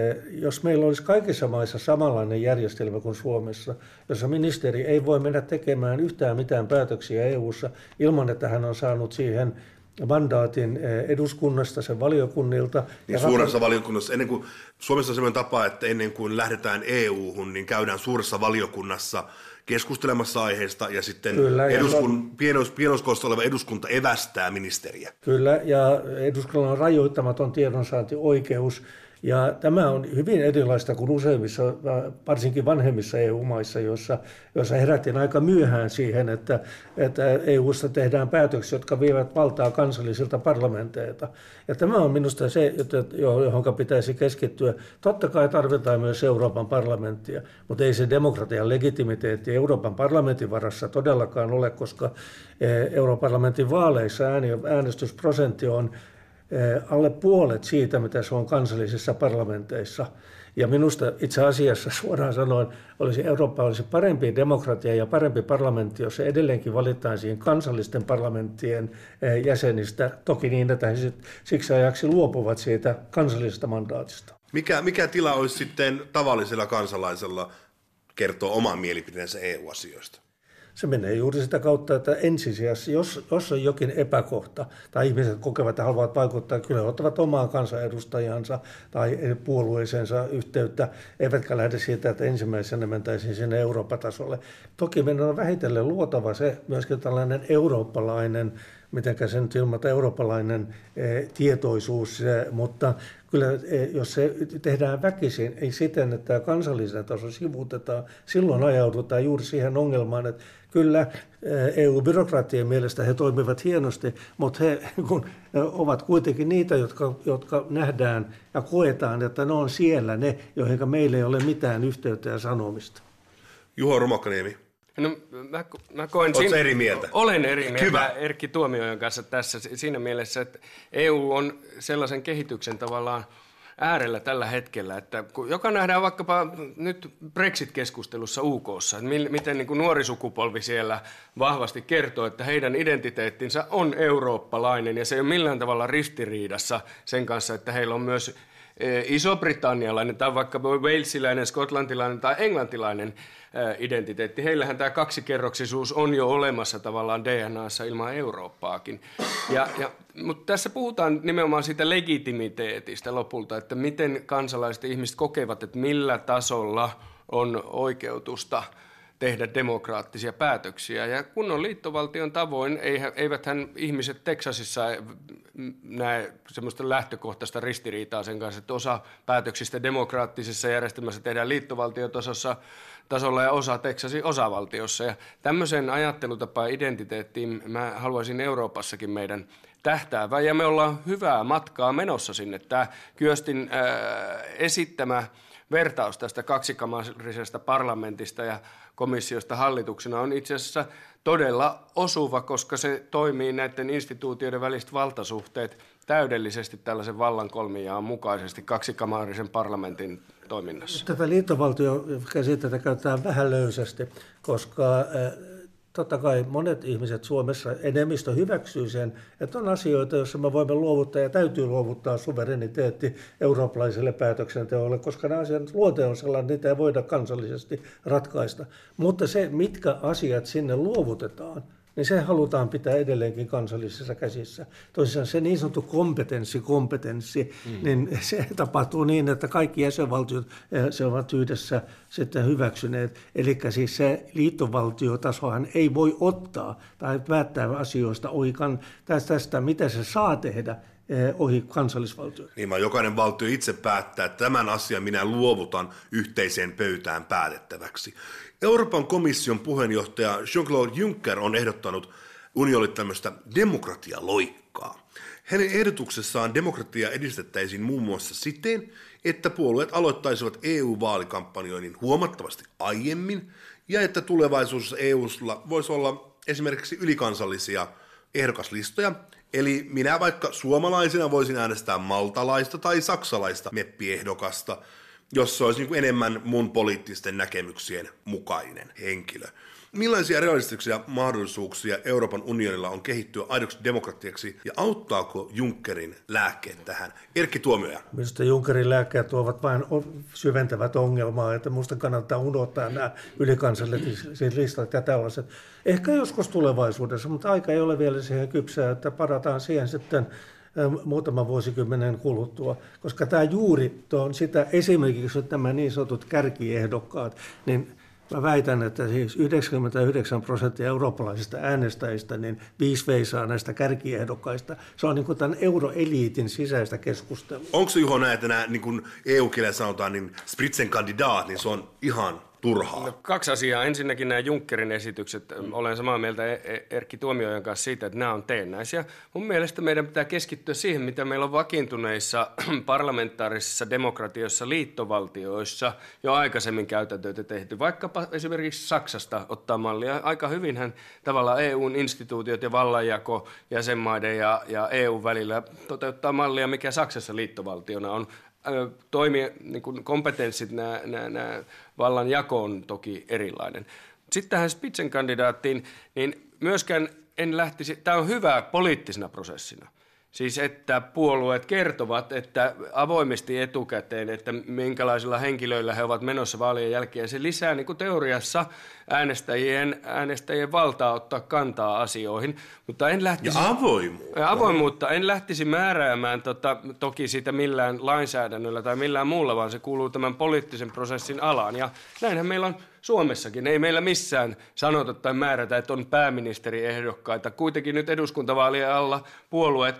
jos meillä olisi kaikissa maissa samanlainen järjestelmä kuin Suomessa, jossa ministeri ei voi mennä tekemään yhtään mitään päätöksiä EU:ssa ilman, että hän on saanut siihen mandaatin eduskunnasta, sen valiokunnilta. Niin suuressa valiokunnassa, ennen kuin Suomessa on sellainen tapa, että ennen kuin lähdetään EU:hun, niin käydään suuressa valiokunnassa keskustelemassa aiheesta ja sitten pienoiskoossa oleva eduskunta evästää ministeriä. Kyllä, ja eduskunnalla on rajoittamaton tiedonsaantioikeus. Ja tämä on hyvin erilaista kuin useimmissa, varsinkin vanhemmissa EU-maissa, joissa herättiin aika myöhään siihen, että EU:sta tehdään päätöksiä, jotka vievät valtaa kansallisilta parlamenteilta. Ja tämä on minusta se, johon pitäisi keskittyä. Totta kai tarvitaan myös Euroopan parlamenttia, mutta ei se demokratian legitimiteetti Euroopan parlamentin varassa todellakaan ole, koska Euroopan parlamentin vaaleissa äänestysprosentti on alle puolet siitä, mitä se on kansallisissa parlamenteissa. Ja minusta itse asiassa suoraan sanoen Eurooppa olisi parempi demokratia ja parempi parlamentti, jos se edelleenkin valittaisiin kansallisten parlamenttien jäsenistä, toki niin, että he siksi ajaksi luopuvat siitä kansallisesta mandaatista. Mikä tila olisi sitten tavallisella kansalaisella kertoa oman mielipiteensä EU-asioista? Se menee juuri sitä kautta, että ensisijassa, jos on jokin epäkohta tai ihmiset kokevat, että haluavat vaikuttaa, kyllä ottavat omaan kansanedustajansa tai puolueeseensa yhteyttä, eivätkä lähde siitä, että ensimmäisenä mentäisiin sinne Eurooppa-tasolle. Toki meidän on vähitellen luotava se myöskin tällainen eurooppalainen, mitenkä se nyt ilmata, eurooppalainen tietoisuus, mutta kyllä jos se tehdään väkisin, ei siten, että kansallisen taso sivuutetaan, silloin ajaudutaan juuri siihen ongelmaan, että kyllä EU-byrokraattien mielestä he toimivat hienosti, mutta he ovat kuitenkin niitä, jotka nähdään ja koetaan, että ne on siellä ne, joihin meillä ei ole mitään yhteyttä ja sanomista. Juho Romakkaniemi, No, mä koen Oletko eri mieltä? Olen eri mieltä Hyvä. Erkki Tuomiojan kanssa tässä siinä mielessä, että EU on sellaisen kehityksen tavallaan äärellä tällä hetkellä, että joka nähdään vaikkapa nyt Brexit-keskustelussa UK:ssa, että miten niin kuin nuori sukupolvi siellä vahvasti kertoo, että heidän identiteettinsä on eurooppalainen ja se ei ole millään tavalla ristiriidassa sen kanssa, että heillä on myös iso-britannialainen tai vaikka walesilainen, skotlantilainen tai englantilainen identiteetti. Heillähän tämä kaksikerroksisuus on jo olemassa tavallaan DNAssa ilman Eurooppaakin. Mutta tässä puhutaan nimenomaan siitä legitimiteetistä lopulta, että miten kansalaiset ihmiset kokevat, että millä tasolla on oikeutusta tehdä demokraattisia päätöksiä. Ja kun on liittovaltion tavoin, eiväthän ihmiset Teksasissa näe semmoista lähtökohtaista ristiriitaa sen kanssa, että osa päätöksistä demokraattisessa järjestelmässä tehdään liittovaltiotasolla ja osa Teksasin osavaltiossa. Ja tämmöisen ajattelutapaan identiteettiin mä haluaisin Euroopassakin meidän tähtäävän, ja me ollaan hyvää matkaa menossa sinne. Tämä Kyöstin esittämä vertaus tästä kaksikamarisesta parlamentista ja komissiosta hallituksena on itse asiassa todella osuva, koska se toimii näiden instituutioiden väliset valtasuhteet täydellisesti tällaisen vallankolmijaon mukaisesti kaksikamarisen parlamentin toiminnassa. Tätä liittovaltiokäsitettä käytetään vähän löysästi, koska totta kai monet ihmiset Suomessa, enemmistö hyväksyy sen, että on asioita, joissa me voimme luovuttaa ja täytyy luovuttaa suvereniteetti eurooppalaiselle päätöksenteolle, koska nämä asiat luonteen on sellainen, että niitä ei voida kansallisesti ratkaista. Mutta se, mitkä asiat sinne luovutetaan, niin se halutaan pitää edelleenkin kansallisissa käsissä. Toisaalta se niin sanottu kompetenssi, niin se tapahtuu niin, että kaikki jäsenvaltiot se ovat yhdessä sitten hyväksyneet. Eli siis se liittovaltiotasohan ei voi ottaa tai päättää asioista ohi tästä, mitä se saa tehdä ohi kansallisvaltio. Niin, vaan jokainen valtio itse päättää, että tämän asian minä luovutan yhteiseen pöytään päätettäväksi. Euroopan komission puheenjohtaja Jean-Claude Juncker on ehdottanut unionille tämmöistä demokratialoikkaa. Hänen ehdotuksessaan demokratiaa edistettäisiin muun muassa siten, että puolueet aloittaisivat EU-vaalikampanjoinnin huomattavasti aiemmin ja että tulevaisuudessa EU:lla voisi olla esimerkiksi ylikansallisia ehdokaslistoja. Eli minä vaikka suomalaisena voisin äänestää maltalaista tai saksalaista meppiehdokasta, jos se olisi enemmän mun poliittisten näkemyksien mukainen henkilö. Millaisia realistisia mahdollisuuksia Euroopan unionilla on kehittyä aidoksi demokratiaksi ja auttaako Junckerin lääkkeet tähän? Erkki Tuomioja. Minusta Junckerin lääkkeet tuovat vain syventävät ongelmaa, että minusta kannattaa unohtaa nämä ylikansalliset listat ja tällaiset. Ehkä joskus tulevaisuudessa, mutta aika ei ole vielä siihen kypsää, että parataan siihen sitten muutaman vuosikymmenen kuluttua, koska tämä juuri on sitä, esimerkiksi nämä niin sanotut kärkiehdokkaat, niin mä väitän, että siis 99% eurooppalaisista äänestäjistä niin 5 veisaa näistä kärkiehdokkaista. Se on niin kuin tämän euroeliitin sisäistä keskustelua. Onko se, Juho, näin, että nämä niin kuin EU-kielellä sanotaan, niin spritzenkandidaat, niin se on ihan turhaa? No, 2 asiaa. Ensinnäkin nämä Junckerin esitykset. Olen samaa mieltä Erkki Tuomiojan kanssa siitä, että nämä on teennäisiä. Mun mielestä meidän pitää keskittyä siihen, mitä meillä on vakiintuneissa parlamentaarisissa demokratioissa, liittovaltioissa jo aikaisemmin käytäntöitä tehty. Vaikkapa esimerkiksi Saksasta ottaa mallia. Aika hyvinhän tavallaan EUn instituutiot ja vallanjako jäsenmaiden ja EUn välillä toteuttaa mallia, mikä Saksassa liittovaltiona on. Niin kuin kompetenssit, nämä vallanjako on toki erilainen. Sitten tähän Spitzenkandidaattiin, niin myöskään en lähtisi, tämä on hyvä poliittisena prosessina. Siis että puolueet kertovat, että avoimesti etukäteen, että minkälaisilla henkilöillä he ovat menossa vaalien jälkeen. Se lisää niin kuin teoriassa äänestäjien valtaa ottaa kantaa asioihin, mutta en lähtisi... Ja avoimuutta. En lähtisi määräämään toki sitä millään lainsäädännöllä tai millään muulla, vaan se kuuluu tämän poliittisen prosessin alaan. Ja näinhän meillä on Suomessakin. Ei meillä missään sanota tai määrätä, että on pääministeriehdokkaita. Kuitenkin nyt eduskuntavaalien alla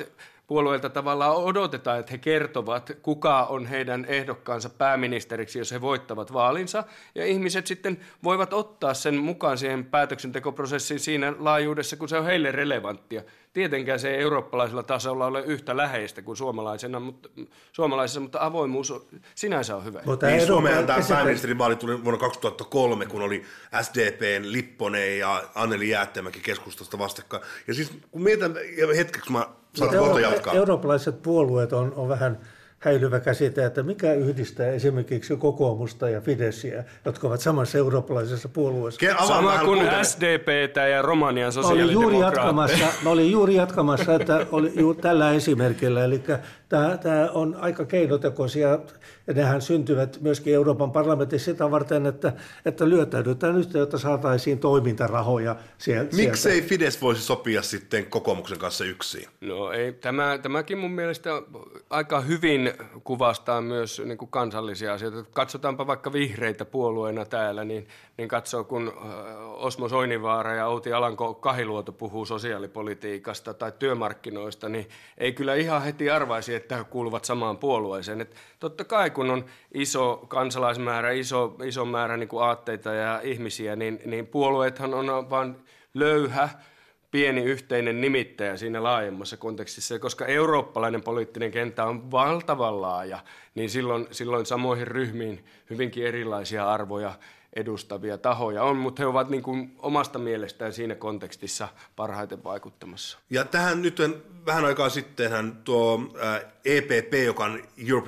puolueilta tavallaan odotetaan, että he kertovat, kuka on heidän ehdokkaansa pääministeriksi, jos he voittavat vaalinsa. Ja ihmiset sitten voivat ottaa sen mukaan siihen päätöksentekoprosessiin siinä laajuudessa, kun se on heille relevanttia. Tietenkään se ei eurooppalaisella tasolla ole yhtä läheistä kuin suomalaisessa, mutta avoimuus sinänsä on hyvä. Niin, Suomeen tämä pääministerivaali tuli vuonna 2003, kun oli SDP:n Lipponen ja Anneli Jäätteenmäki keskustasta vastakkain. Ja siis kun mietitään, hetkeksi mä saan kohta jatkaa. Eurooppalaiset puolueet on vähän häilyvä käsite, että mikä yhdistää esimerkiksi kokoomusta ja Fideshiä, jotka ovat samassa eurooppalaisessa puolueessa. Sama kuin SDP:tä ja Romanian sosiaalidemokraatteja. Mä olin juuri jatkamassa, että oli juuri tällä esimerkillä, eli tämä on aika keinotekoisia, ja nehän syntyvät myöskin Euroopan parlamentissa sitä varten, että lyötäydytään nyt, jotta saataisiin toimintarahoja sieltä. Miksei Fidesz voisi sopia sitten kokoomuksen kanssa yksin? No ei, tämäkin mun mielestä aika hyvin kuvastaa myös niin kuin kansallisia asioita. Katsotaanpa vaikka vihreitä puolueena täällä, niin katsoo, kun Osmo Soininvaara ja Outi Alanko-Kahiluoto puhuu sosiaalipolitiikasta tai työmarkkinoista, niin ei kyllä ihan heti arvaisi, että he kuuluvat samaan puolueeseen. Et totta kai, kun on iso kansalaismäärä, iso määrä niin kuin aatteita ja ihmisiä, niin puolueethan on vain löyhä, pieni yhteinen nimittäjä siinä laajemmassa kontekstissa. Ja koska eurooppalainen poliittinen kenttä on valtavan laaja, niin silloin samoihin ryhmiin hyvinkin erilaisia arvoja edustavia tahoja on, mutta he ovat niin kuin omasta mielestään siinä kontekstissa parhaiten vaikuttamassa. Ja tähän nyt vähän aikaa sittenhän tuo EPP, joka on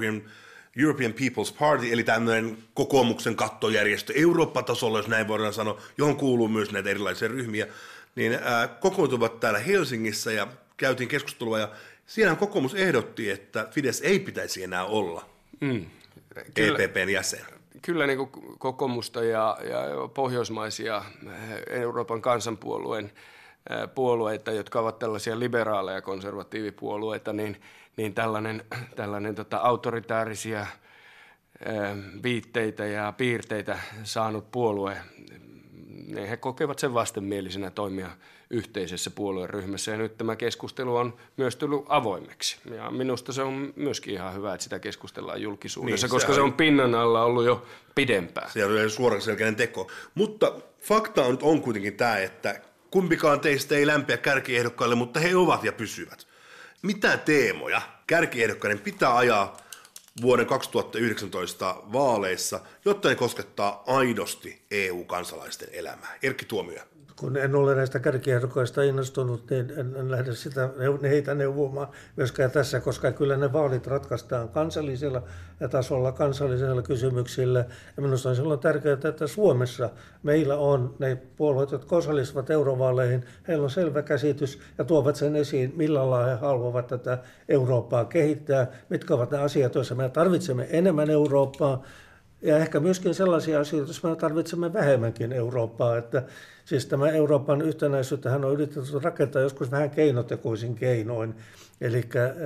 European People's Party, eli tämmöinen kokoomuksen kattojärjestö Eurooppa-tasolla, jos näin voidaan sanoa, johon kuuluu myös näitä erilaisia ryhmiä, niin kokoontuvat täällä Helsingissä ja käytiin keskustelua, ja siellä kokoomus ehdotti, että Fidesz ei pitäisi enää olla EPPn jäsen. Kyllä niin kuin kokoomusta ja pohjoismaisia Euroopan kansanpuolueen puolueita, jotka ovat tällaisia liberaaleja konservatiivipuolueita, niin tällainen autoritäärisiä viitteitä ja piirteitä saanut puolue, niin he kokevat sen vastenmielisenä toimia yhteisessä puolueryhmässä. Ja nyt tämä keskustelu on myös tullut avoimeksi. Ja minusta se on myöskin ihan hyvä, että sitä keskustellaan julkisuudessa, koska se on pinnan alla ollut jo pidempään. Se on suoraselkäinen teko. Mutta fakta on kuitenkin tämä, että kumpikaan teistä ei lämpeä kärkiehdokkaille, mutta he ovat ja pysyvät. Mitä teemoja kärkiehdokkaiden pitää ajaa vuoden 2019 vaaleissa, jotta ne koskettaa aidosti EU-kansalaisten elämää? Erkki Tuomioja. Kun en ole näistä kärkiehdokkaista innostunut, niin en lähde heitä neuvomaan myöskään tässä, koska kyllä ne vaalit ratkaistaan kansallisella tasolla, kansallisella kysymyksillä. Ja minusta on silloin tärkeää, että Suomessa meillä on ne puolueet, jotka osallistuvat eurovaaleihin, heillä on selvä käsitys ja tuovat sen esiin, millä lailla he haluavat tätä Eurooppaa kehittää, mitkä ovat ne asiat, joissa me tarvitsemme enemmän Eurooppaa. Ja ehkä myöskin sellaisia asioita, jos me tarvitsemme vähemmänkin Eurooppaa, että siis tämä Euroopan yhtenäisyyttähän on yritetty rakentaa joskus vähän keinotekoisin keinoin. Eli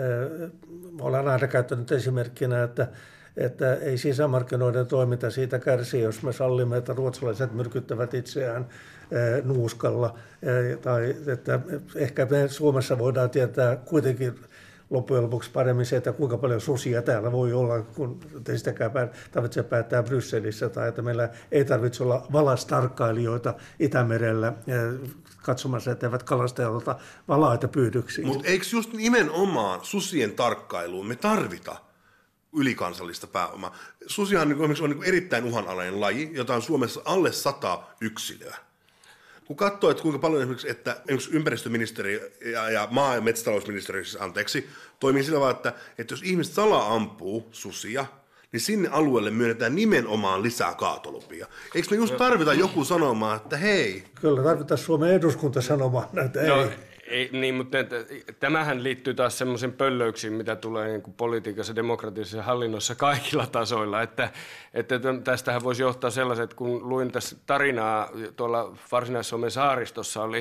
olen aina käyttänyt esimerkkinä, että ei sisämarkkinoiden toiminta siitä kärsi, jos me sallimme, että ruotsalaiset myrkyttävät itseään nuuskalla. Tai että ehkä me Suomessa voidaan tietää kuitenkin loppujen lopuksi paremmin se, että kuinka paljon susia täällä voi olla, kun ei sitäkään tarvitse päättää Brysselissä, tai että meillä ei tarvitse olla valastarkkailijoita Itämerellä katsomassa, että eivät kalastajat ota valaita pyydyksiin. Mutta eikö just nimenomaan susien tarkkailuun me tarvita ylikansallista pääomaa? Susihan on erittäin uhanalainen laji, jota on Suomessa alle 100 yksilöä. Kun katsoo, että kuinka paljon esimerkiksi ympäristöministeriö ja maa- ja metsätalousministeriö toimii sillä tavalla, että jos ihmiset salaa ampuu susia, niin sinne alueelle myönnetään nimenomaan lisää kaatolupia. Eikö me just tarvita joku sanomaan, että hei? Kyllä tarvitaan Suomen eduskunta sanomaan, että ei. Ei, niin, mutta tämähän liittyy taas semmoisen pöllöyksiin, mitä tulee niin kuin politiikassa, demokratiassa ja hallinnossa kaikilla tasoilla. Että tästähän voisi johtaa sellaiset, kun luin tässä tarinaa tuolla Varsinais-Suomen saaristossa,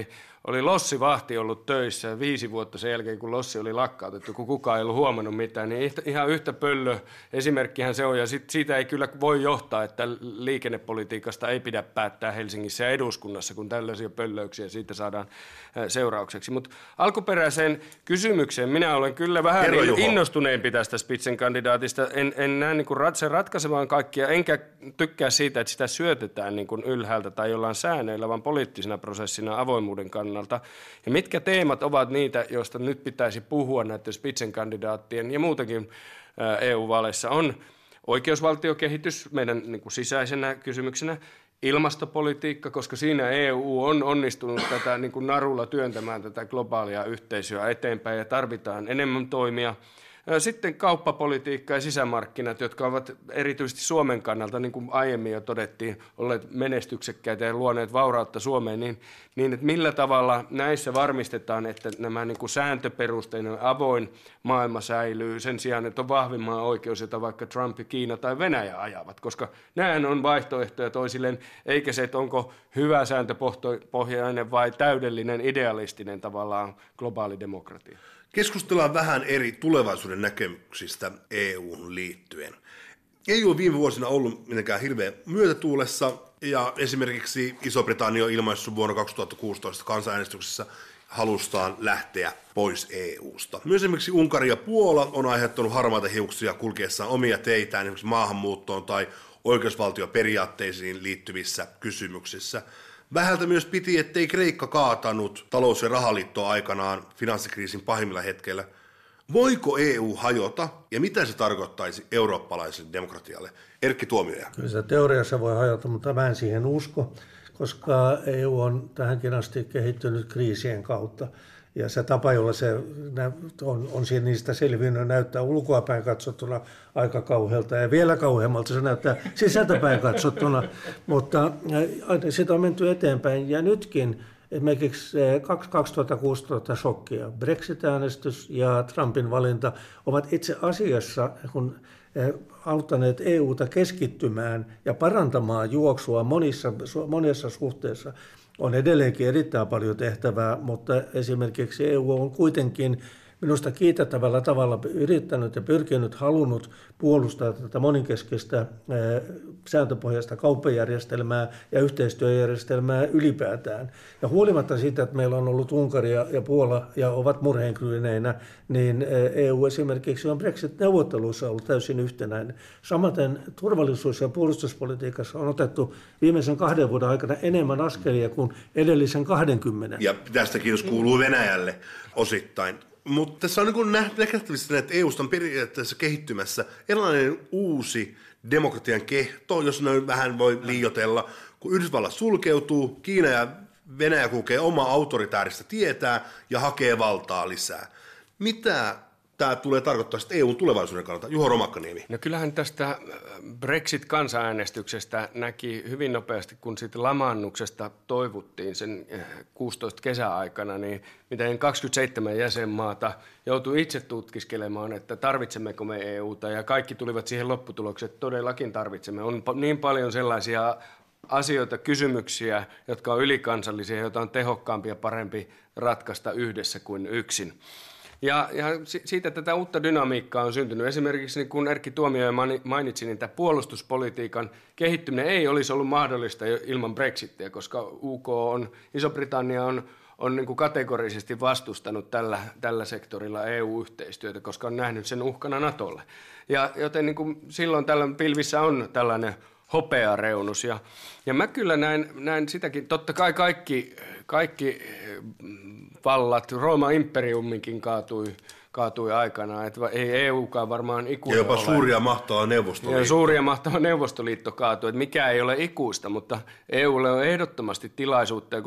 oli lossivahti ollut töissä 5 vuotta sen jälkeen, kun lossi oli lakkautettu, kun kukaan ei ollut huomannut mitään, niin ihan yhtä pöllö esimerkkihän se on, ja siitä ei kyllä voi johtaa, että liikennepolitiikasta ei pidä päättää Helsingissä ja eduskunnassa, kun tällaisia pöllöyksiä siitä saadaan seuraukseksi. Mutta alkuperäiseen kysymykseen minä olen kyllä vähän innostuneempi tästä Spitzenkandidaatista. En näe niin kuin sen ratkaisemaan kaikkia, enkä tykkää siitä, että sitä syötetään niin kuin ylhäältä tai jollain säännöillä, vaan poliittisena prosessina avoimuuden kannalta. Ja mitkä teemat ovat niitä, joista nyt pitäisi puhua näiden Spitzenkandidaattien ja muutenkin EU-vaaleissa on oikeusvaltiokehitys meidän niin kuin sisäisenä kysymyksenä, ilmastopolitiikka, koska siinä EU on onnistunut tätä niin kuin narulla työntämään tätä globaalia yhteisöä eteenpäin ja tarvitaan enemmän toimia. Sitten kauppapolitiikka ja sisämarkkinat, jotka ovat erityisesti Suomen kannalta, niin kuin aiemmin jo todettiin, olleet menestyksekkäitä ja luoneet vaurautta Suomeen, niin että millä tavalla näissä varmistetaan, että nämä niin kuin sääntöperusteinen avoin maailma säilyy sen sijaan, että on vahvimman oikeus, jota vaikka Trump, Kiina tai Venäjä ajavat, koska nämä on vaihtoehtoja toisilleen, eikä se, että onko hyvä sääntöpohjainen vai täydellinen idealistinen tavallaan globaali demokratia. Keskustellaan vähän eri tulevaisuuden näkemyksistä EU:hun liittyen. EU on viime vuosina ollut mitenkään hirveän myötätuulessa, ja esimerkiksi Iso-Britannia on ilmaissut vuonna 2016 kansanäänestyksessä halustaan lähteä pois EU:sta. Myös esimerkiksi Unkari ja Puola on aiheuttanut harmaita hiuksia kulkeessaan omia teitään esimerkiksi maahanmuuttoon tai oikeusvaltioperiaatteisiin liittyvissä kysymyksissä. Vähältä myös piti, ettei Kreikka kaatanut talous- ja rahaliittoa aikanaan finanssikriisin pahimmilla hetkellä. Voiko EU hajota ja mitä se tarkoittaisi eurooppalaiselle demokratialle? Erkki Tuomioja. Kyllä se teoriassa voi hajota, mutta mä en siihen usko, koska EU on tähänkin asti kehittynyt kriisien kautta. Ja se tapa, jolla se on niistä selvinnyt, näyttää ulkoapäin katsottuna aika kauhealta ja vielä kauheammalta se näyttää sisältäpäin katsottuna, mutta sitä on menty eteenpäin ja nytkin esimerkiksi 2016 shokkia, Brexit-äänestys ja Trumpin valinta ovat itse asiassa, kun auttaneet EUta keskittymään ja parantamaan juoksua monissa suhteissa, on edelleenkin erittäin paljon tehtävää, mutta esimerkiksi EU on kuitenkin minusta kiitettävällä tavalla yrittänyt ja halunnut puolustaa tätä moninkeskeistä sääntöpohjaista kauppajärjestelmää ja yhteistyöjärjestelmää ylipäätään. Ja huolimatta siitä, että meillä on ollut Unkaria ja Puola ja ovat murheenkryynineinä, niin EU esimerkiksi on Brexit-neuvotteluissa ollut täysin yhtenäinen. Samaten turvallisuus- ja puolustuspolitiikassa on otettu viimeisen 2 vuoden aikana enemmän askelia kuin edellisen 20. Ja tästä kiitos kuuluu Venäjälle osittain. Mutta tässä on niin nähtävissä, että EUsta on periaatteessa kehittymässä erilainen uusi demokratian kehto, jos ne vähän voi liioitella, kun Yhdysvallat sulkeutuu, Kiina ja Venäjä kulkee omaa autoritääristä tietää ja hakee valtaa lisää. Mitä tämä tulee tarkoittaa sitten EUn tulevaisuuden kannalta? Juho Romakkaniemi. No kyllähän tästä Brexit-kansanäänestyksstä näki hyvin nopeasti, kun siitä lamaannuksesta toivuttiin sen 16 kesäaikana, niin miten 27 jäsenmaata joutui itse tutkiskelemaan, että tarvitsemmeko me EUta, ja kaikki tulivat siihen lopputulokseen, että todellakin tarvitsemme. On niin paljon sellaisia asioita, kysymyksiä, jotka on ylikansallisia, joita on tehokkaampi ja parempi ratkaista yhdessä kuin yksin. Ja siitä tätä uutta dynamiikkaa on syntynyt. Esimerkiksi niin kun Erkki Tuomioja mainitsi, niin tämä puolustuspolitiikan kehittyminen ei olisi ollut mahdollista ilman Brexittiä, koska Iso-Britannia on niin kuin kategorisesti vastustanut tällä sektorilla EU-yhteistyötä, koska on nähnyt sen uhkana NATOlle. Ja joten niin kuin silloin tällä pilvissä on tällainen hopeareunus. Ja mä kyllä näin sitäkin, totta kai kaikki vallat, Rooman imperiuminkin kaatui aikanaan, että ei EUkaan varmaan ikuinen ole. Ja jopa suuri ja mahtava Neuvostoliitto. Ja suuri ja mahtava Neuvostoliitto kaatui, että mikä ei ole ikuista, mutta EUlle on ehdottomasti tilaisuutta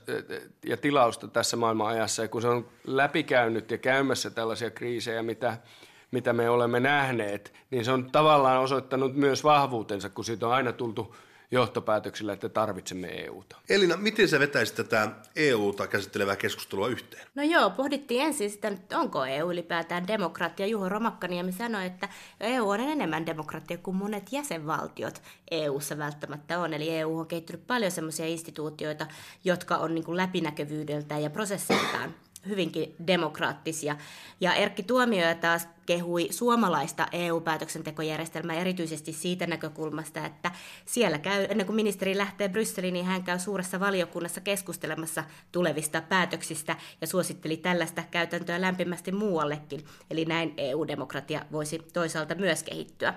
ja tilausta tässä maailman ajassa, ja kun se on läpikäynyt ja käymässä tällaisia kriisejä, mitä me olemme nähneet, niin se on tavallaan osoittanut myös vahvuutensa, kun siitä on aina tultu johtopäätöksillä, että tarvitsemme EUta. Elina, miten sä vetäisit tätä EUta käsittelevää keskustelua yhteen? No joo, pohdittiin ensin sitä, että onko EU ylipäätään demokratia. Juho Romakkaniemi sanoi, että EU on enemmän demokratia kuin monet jäsenvaltiot EUssa välttämättä on. Eli EU on kehittynyt paljon sellaisia instituutioita, jotka on niin kuin läpinäkyvyydeltään ja prosessiltaan hyvinkin demokraattisia. Ja Erkki Tuomioja taas kehui suomalaista EU-päätöksentekojärjestelmää erityisesti siitä näkökulmasta, että siellä käy, ennen kuin ministeri lähtee Brysseliin, niin hän käy suuressa valiokunnassa keskustelemassa tulevista päätöksistä ja suositteli tällaista käytäntöä lämpimästi muuallekin. Eli näin EU-demokratia voisi toisaalta myös kehittyä.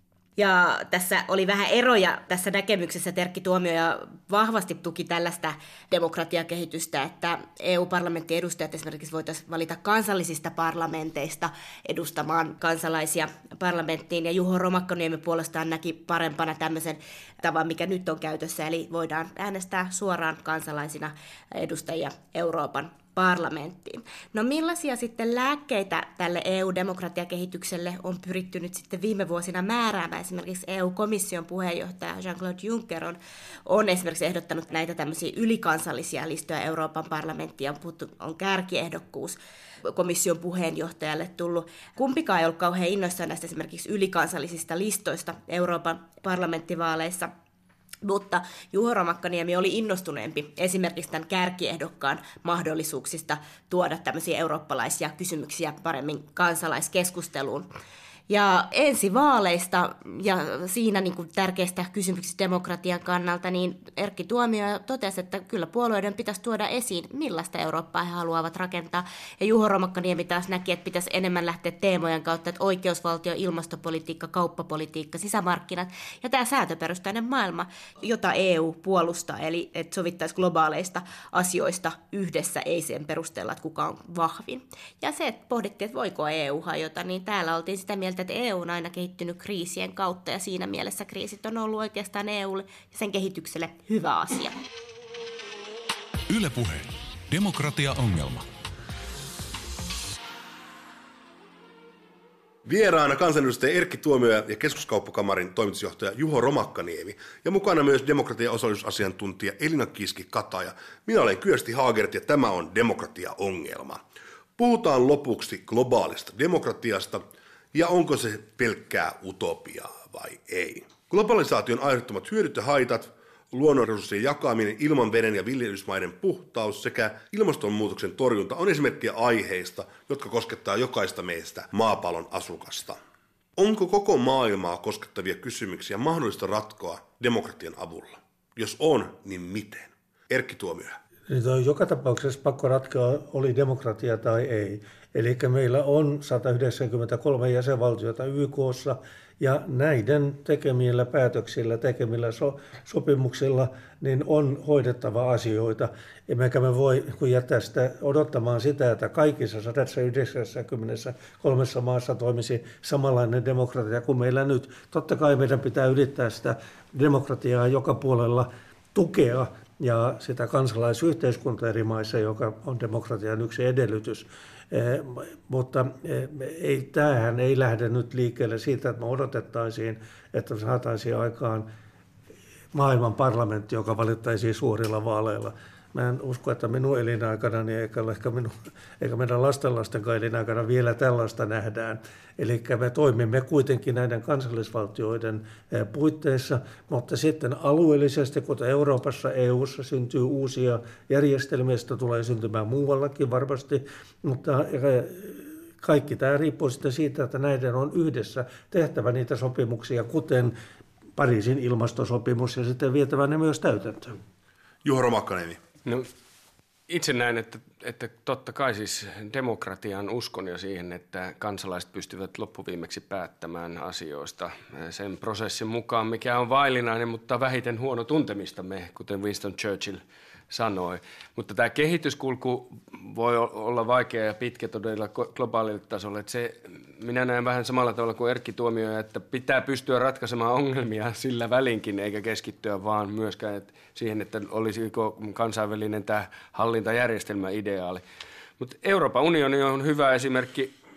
Ja tässä oli vähän eroja tässä näkemyksessä. Erkki Tuomioja vahvasti tuki tällaista demokratiakehitystä, että EU-parlamentin edustajat esimerkiksi voitaisiin valita kansallisista parlamenteista edustamaan kansalaisia parlamenttiin. Ja Juho Romakkaniemi puolestaan näki parempana tämmöisen tavan, mikä nyt on käytössä, eli voidaan äänestää suoraan kansalaisina edustajia Euroopan parlamenttiin. No millaisia sitten lääkkeitä tälle EU-demokratiakehitykselle on pyritty nyt sitten viime vuosina määräämään? Esimerkiksi EU-komission puheenjohtaja Jean-Claude Juncker on esimerkiksi ehdottanut näitä tämmöisiä ylikansallisia listoja Euroopan parlamenttiin, on kärkiehdokkuus komission puheenjohtajalle tullut. Kumpikaan ei ollut kauhean innoissaan näistä esimerkiksi ylikansallisista listoista Euroopan parlamenttivaaleissa. Mutta Juho Romakkaniemi oli innostuneempi esimerkiksi tämän kärkiehdokkaan mahdollisuuksista tuoda tämmöisiä eurooppalaisia kysymyksiä paremmin kansalaiskeskusteluun. Ja ensi vaaleista ja siinä niin kuin tärkeistä kysymyksistä demokratian kannalta, niin Erkki Tuomioja totesi, että kyllä puolueiden pitäisi tuoda esiin, millaista Eurooppaa he haluavat rakentaa. Ja Juho Romakkaniemi taas näki, että pitäisi enemmän lähteä teemojen kautta, että oikeusvaltio, ilmastopolitiikka, kauppapolitiikka, sisämarkkinat ja tämä sääntöperustainen maailma, jota EU puolustaa, eli että sovittaisi globaaleista asioista yhdessä, ei sen perusteella, että kuka on vahvin. Ja se, että pohdittiin, että voiko EU hajota, niin täällä oltiin sitä mieltä, että EU on aina kehittynyt kriisien kautta ja siinä mielessä kriisit on ollut oikeastaan EUlle ja sen kehitykselle hyvä asia. Yle Puhe. Demokratia-ongelma. Vieraana kansanedustaja Erkki Tuomioja ja Keskuskauppakamarin toimitusjohtaja Juho Romakkaniemi ja mukana myös demokratia- osallisuusasiantuntija Elina Kiiski-Kataja. Minä olen Kyösti Haagert ja tämä on Demokratia-ongelma. Puhutaan lopuksi globaalista demokratiasta ja onko se pelkkää utopiaa vai ei. Globalisaation aiheuttamat hyödyt ja haitat, luonnonresurssien jakaminen, ilmanveden ja viljelysmaiden puhtaus sekä ilmastonmuutoksen torjunta on esimerkkejä aiheista, jotka koskettaa jokaista meistä maapallon asukasta. Onko koko maailmaa koskettavia kysymyksiä mahdollista ratkoa demokratian avulla? Jos on, niin miten? Erkki Tuomioja. Nyt on joka tapauksessa pakko ratkoa, oli demokratia tai ei. Eli meillä on 193 jäsenvaltiota YK:ssa ja näiden tekemillä päätöksillä, tekemillä sopimuksilla, niin on hoidettava asioita. Emmekä me voi jättää sitä odottamaan sitä, että kaikissa 193 maassa toimisi samanlainen demokratia kuin meillä nyt. Totta kai meidän pitää yrittää sitä demokratiaa joka puolella tukea ja sitä kansalaisyhteiskuntaa eri maissa, joka on demokratian yksi edellytys. Mutta tämähän ei lähde nyt liikkeelle siitä, että me odotettaisiin, että saataisiin aikaan maailman parlamentti, joka valittaisiin suorilla vaaleilla. Mä en usko, että minun elinaikanani eikä meidän lastenlastenkaan elinaikana vielä tällaista nähdään. Eli me toimimme kuitenkin näiden kansallisvaltioiden puitteissa, mutta sitten alueellisesti, kuten Euroopassa, EU:ssa syntyy uusia järjestelmiä, sitä tulee syntymään muuallakin varmasti, mutta kaikki tämä riippuu sitten siitä, että näiden on yhdessä tehtävä niitä sopimuksia, kuten Pariisin ilmastosopimus, ja sitten vietävä ne myös täytäntöön. Juho Romakkaniemi. No, itse näen, että totta kai siis demokratian uskon jo siihen, että kansalaiset pystyvät loppuviimeksi päättämään asioista sen prosessin mukaan, mikä on vaillinainen, mutta vähiten huono tuntemistamme, kuten Winston Churchill sanoi. Mutta tämä kehityskulku voi olla vaikea ja pitkä todella globaalille tasolle. Minä näen vähän samalla tavalla kuin Erkki Tuomioja, että pitää pystyä ratkaisemaan ongelmia sillä välinkin, eikä keskittyä vaan myöskään siihen, että olisiko kansainvälinen tämä hallintajärjestelmä ideaali. Mutta Euroopan unioni on hyvä esimerkki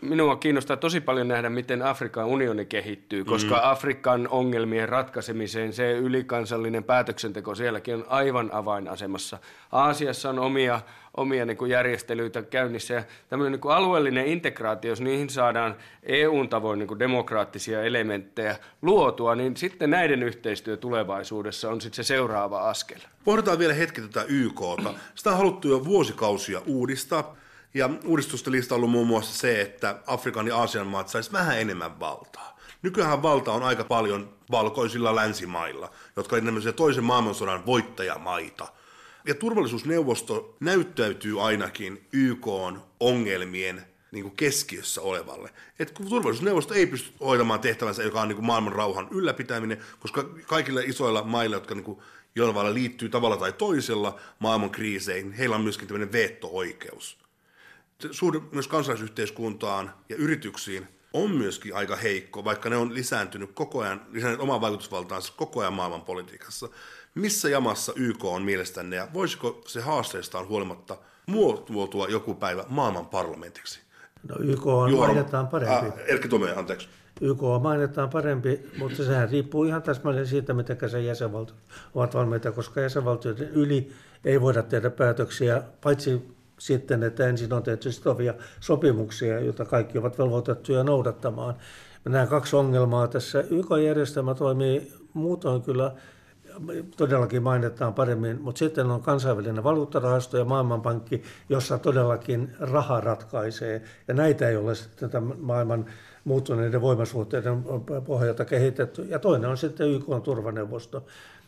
minua kiinnostaa tosi paljon nähdä, miten Afrikan unioni kehittyy, koska Afrikan ongelmien ratkaisemiseen se ylikansallinen päätöksenteko sielläkin on aivan avainasemassa. Aasiassa on omia niin kuin järjestelyitä käynnissä ja tämmöinen niin kuin alueellinen integraatio, jos niihin saadaan EUn tavoin niin kuin demokraattisia elementtejä luotua, niin sitten näiden yhteistyö tulevaisuudessa on sitten se seuraava askel. Pohditaan vielä hetki tätä YK:ta. Sitä on haluttu jo vuosikausia uudistaa. Ja uudistusten lista on ollut muun muassa se, että Afrikan ja Aasian maat saisi vähän enemmän valtaa. Nykyään valta on aika paljon valkoisilla länsimailla, jotka ovat tämmöisiä toisen maailmansodan voittajamaita. Ja turvallisuusneuvosto näyttäytyy ainakin YK:n ongelmien niin kuin keskiössä olevalle. Että turvallisuusneuvosto ei pysty hoitamaan tehtävänsä, joka on niin kuin maailman rauhan ylläpitäminen, koska kaikilla isoilla mailla, jotka niin kuin jollain tavalla liittyy tavalla tai toisella maailman kriiseihin, heillä on myöskin tämmöinen veto-oikeus. Suhde myös kansalaisyhteiskuntaan ja yrityksiin on myöskin aika heikko, vaikka ne on lisännyt omaa vaikutusvaltaansa koko ajan maailman politiikassa. Missä jamassa YK on mielestänne ja voisiko se haasteestaan huolimatta muotoiltua joku päivä maailman parlamentiksi? No YK on mainitaan parempi. Erkki Tuomioja, anteeksi. YK on mainitaan parempi, mutta sehän riippuu ihan täsmälleen siitä, miten se jäsenvaltiot ovat valmiita, koska jäsenvaltioiden yli ei voida tehdä päätöksiä, paitsi sitten, että ensin on tehty sitovia sopimuksia, joita kaikki ovat velvoitettuja noudattamaan. Nämä kaksi ongelmaa tässä. YK-järjestelmä toimii muutoin kyllä, todellakin mainitaan paremmin, mutta sitten on kansainvälinen valuuttarahasto ja maailmanpankki, jossa todellakin raha ratkaisee. Ja näitä ei ole sitten tämän maailman muuttuneiden voimasuhteiden pohjalta kehitetty. Ja toinen on sitten YK-turvaneuvosto.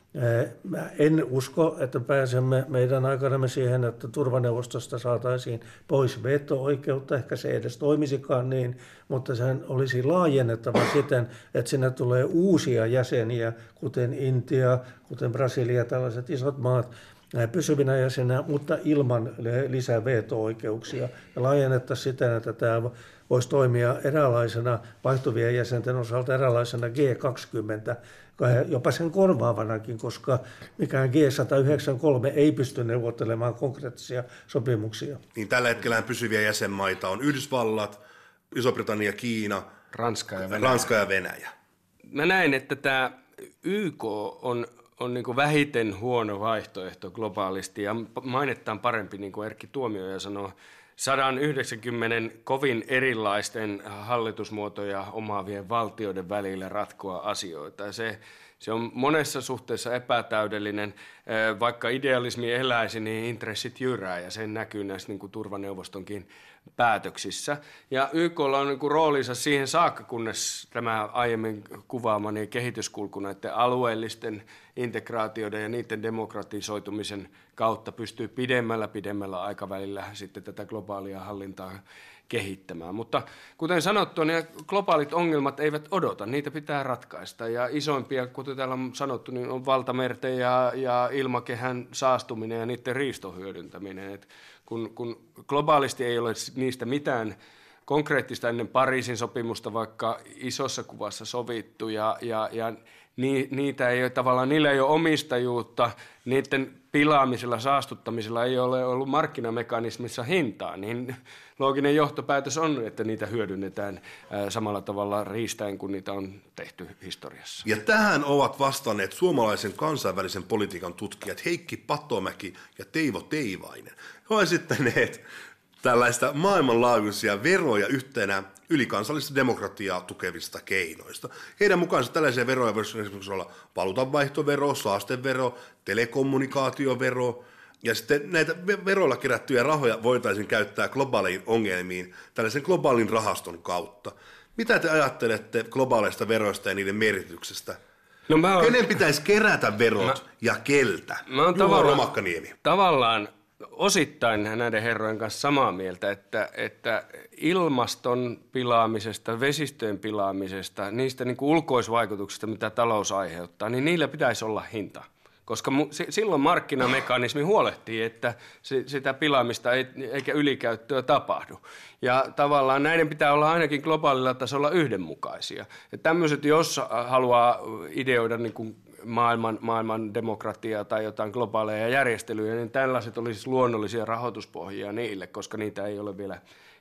En usko, että pääsemme meidän aikanamme siihen, että turvaneuvostosta saataisiin pois veto-oikeutta, ehkä se ei edes toimisikaan niin, mutta sen olisi laajennettava siten, että sinne tulee uusia jäseniä, kuten Intia, kuten Brasilia, tällaiset isot maat, pysyvinä jäsenä, mutta ilman lisää veto-oikeuksia. Ja laajennettaisiin siten, että tämä voisi toimia eräänlaisena vaihtuvien jäsenten osalta eräänlaisena G20, jopa sen korvaavanakin, koska mikään G193 ei pysty neuvottelemaan konkreettisia sopimuksia. Niin tällä hetkellä pysyviä jäsenmaita on Yhdysvallat, Iso-Britannia, Kiina, Ranska ja Venäjä. Mä näen, että tämä YK on niin kuin vähiten huono vaihtoehto globaalisti ja mainettaan parempi, niin kuin Erkki Tuomioja sanoo, 190 kovin erilaisten hallitusmuotoja omaavien valtioiden välillä ratkoa asioita. Se on monessa suhteessa epätäydellinen. Vaikka idealismi eläisi, niin intressit jyrää ja sen näkyy näissä niin kuin turvaneuvostonkin päätöksissä. Ja YK:lla on niin kuin roolinsa siihen saakka, kunnes tämä aiemmin kuvaamani kehityskulku näiden alueellisten integraatioiden ja niiden demokratisoitumisen kautta pystyy pidemmällä aikavälillä sitten tätä globaalia hallintaa kehittämään. Mutta kuten sanottu, niin globaalit ongelmat eivät odota, niitä pitää ratkaista. Ja isoimpia, kuten täällä on sanottu, niin on valtamerten ja ilmakehän saastuminen ja niiden riistohyödyntäminen. Et kun globaalisti ei ole niistä mitään konkreettista ennen Pariisin sopimusta, vaikka isossa kuvassa sovittu, ja niitä ei ole tavallaan, niillä ei ole omistajuutta, niiden pilaamisella, saastuttamisella ei ole ollut markkinamekanismissa hintaa, niin looginen johtopäätös on, että niitä hyödynnetään samalla tavalla riistäen kuin niitä on tehty historiassa. Ja tähän ovat vastanneet suomalaisen kansainvälisen politiikan tutkijat Heikki Patomäki ja Teivo Teivainen. He ovat esittäneet tällaista maailmanlaajuisia veroja yhtenä ylikansallista demokratiaa tukevista keinoista. Heidän mukaansa tällaisia veroja voisi esimerkiksi olla valuutanvaihtovero, saastevero, telekommunikaatiovero, ja sitten näitä veroilla kerättyjä rahoja voitaisiin käyttää globaaleihin ongelmiin tällaisen globaalin rahaston kautta. Mitä te ajattelette globaaleista veroista ja niiden merkityksestä? Kenen pitäisi kerätä verot ja keltä? Juha Romakkaniemi. Tavallaan osittain näiden herrojen kanssa samaa mieltä, että ilmaston pilaamisesta, vesistöjen pilaamisesta, niistä niin kuin ulkoisvaikutuksista, mitä talous aiheuttaa, niin niillä pitäisi olla hinta. Koska silloin markkinamekanismi huolehtii, että sitä pilaamista eikä ylikäyttöä tapahdu. Ja tavallaan näiden pitää olla ainakin globaalilla tasolla yhdenmukaisia. Ja tämmöiset, jos haluaa ideoida niin kuin maailman demokratiaa tai jotain globaaleja järjestelyjä, niin tällaiset olisi luonnollisia rahoituspohjia niille, koska niitä ei ole vielä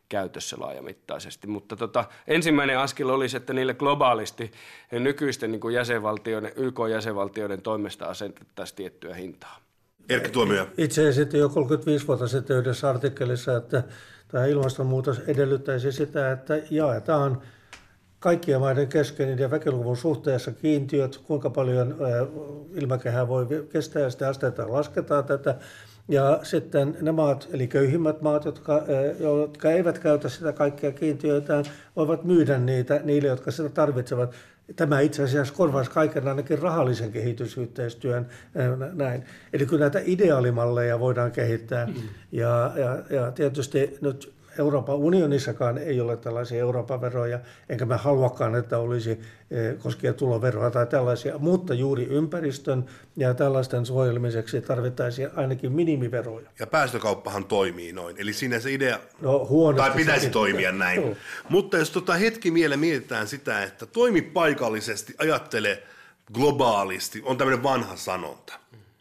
käytössä laajamittaisesti. Mutta ensimmäinen askel olisi, että niille globaalisti nykyisten niin kuin YK-jäsenvaltioiden toimesta asetettaisiin tiettyä hintaa. Erkki Tuomioja. Itse esitin jo 35 vuotta sitten yhdessä artikkelissa, että tämä ilmastonmuutos edellyttäisi sitä, että jaetaan kaikkien maiden kesken ja väkiluvun suhteessa kiintiöt, kuinka paljon ilmakehää voi kestää ja sitten asteittain lasketaan tätä. Ja sitten ne maat, eli köyhimmät maat, jotka eivät käytä sitä kaikkia kiintiöitään, voivat myydä niitä niille, jotka sitä tarvitsevat. Tämä itse asiassa korvaisi kaiken ainakin rahallisen kehitysyhteistyön näin. Eli kyllä näitä ideaalimalleja voidaan kehittää. Ja tietysti nyt Euroopan unionissakaan ei ole tällaisia Euroopan veroja, enkä mä haluakaan, että olisi koskien tuloveroa tai tällaisia, mutta juuri ympäristön ja tällaisten suojelmiseksi tarvittaisiin ainakin minimiveroja. Ja päästökauppahan toimii noin, eli siinä se idea, tai pitäisi toimia näin. Mutta jos hetki vielä mietitään sitä, että toimi paikallisesti, ajattele globaalisti, on tämmöinen vanha sanonta.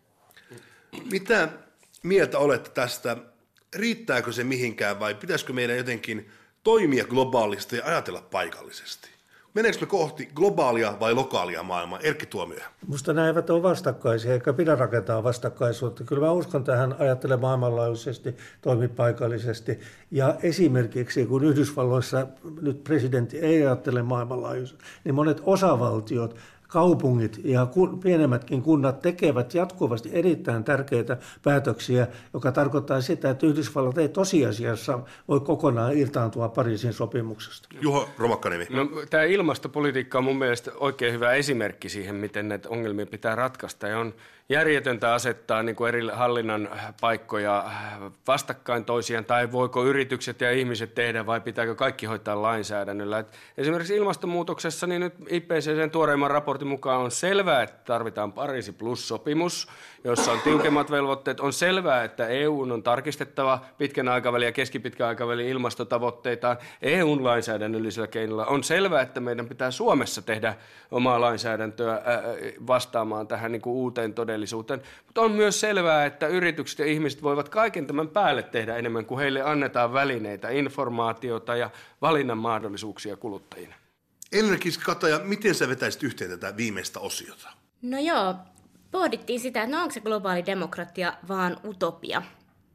Mitä mieltä olette tästä? Riittääkö se mihinkään vai pitäisikö meidän jotenkin toimia globaalisti ja ajatella paikallisesti? Meneekö me kohti globaalia vai lokaalia maailmaa? Erkki Tuomioja. Minusta nämä eivät ole vastakkaisia, eikä pidä rakentaa vastakkaisuutta. Kyllä mä uskon tähän ajattele maailmanlaajuisesti, toimi paikallisesti. Ja esimerkiksi kun Yhdysvalloissa nyt presidentti ei ajattele maailmanlaajuisesti, niin monet osavaltiot, kaupungit ja pienemmätkin kunnat tekevät jatkuvasti erittäin tärkeitä päätöksiä, joka tarkoittaa sitä, että Yhdysvallat ei tosiasiassa voi kokonaan irtaantua Pariisin sopimuksesta. Juho Romakkaniemi. No, tämä ilmastopolitiikka on mun mielestä oikein hyvä esimerkki siihen, miten näitä ongelmia pitää ratkaista. Ja on järjetöntä asettaa niin kuin eri hallinnan paikkoja vastakkain toisiaan, tai voiko yritykset ja ihmiset tehdä, vai pitääkö kaikki hoitaa lainsäädännöllä. Et esimerkiksi ilmastonmuutoksessa niin nyt IPCC:n tuoreimman raportin mukaan on selvää, että tarvitaan Pariisi plus-sopimus, jossa on tiukemmat velvoitteet. On selvää, että EU:n on tarkistettava pitkän aikavälin ja keskipitkän aikavälin ilmastotavoitteitaan EU:n lainsäädännöllisellä keinolla. On selvää, että meidän pitää Suomessa tehdä omaa lainsäädäntöä vastaamaan tähän niin kuin uuteen todellisuuteen. Mutta on myös selvää, että yritykset ja ihmiset voivat kaiken tämän päälle tehdä enemmän, kuin heille annetaan välineitä, informaatiota ja valinnan mahdollisuuksia kuluttajina. Elina Kiiski-Kataja, miten sä vetäisit yhteen tätä viimeistä osiota? No joo, pohdittiin sitä, että onko se globaali demokratia vaan utopia.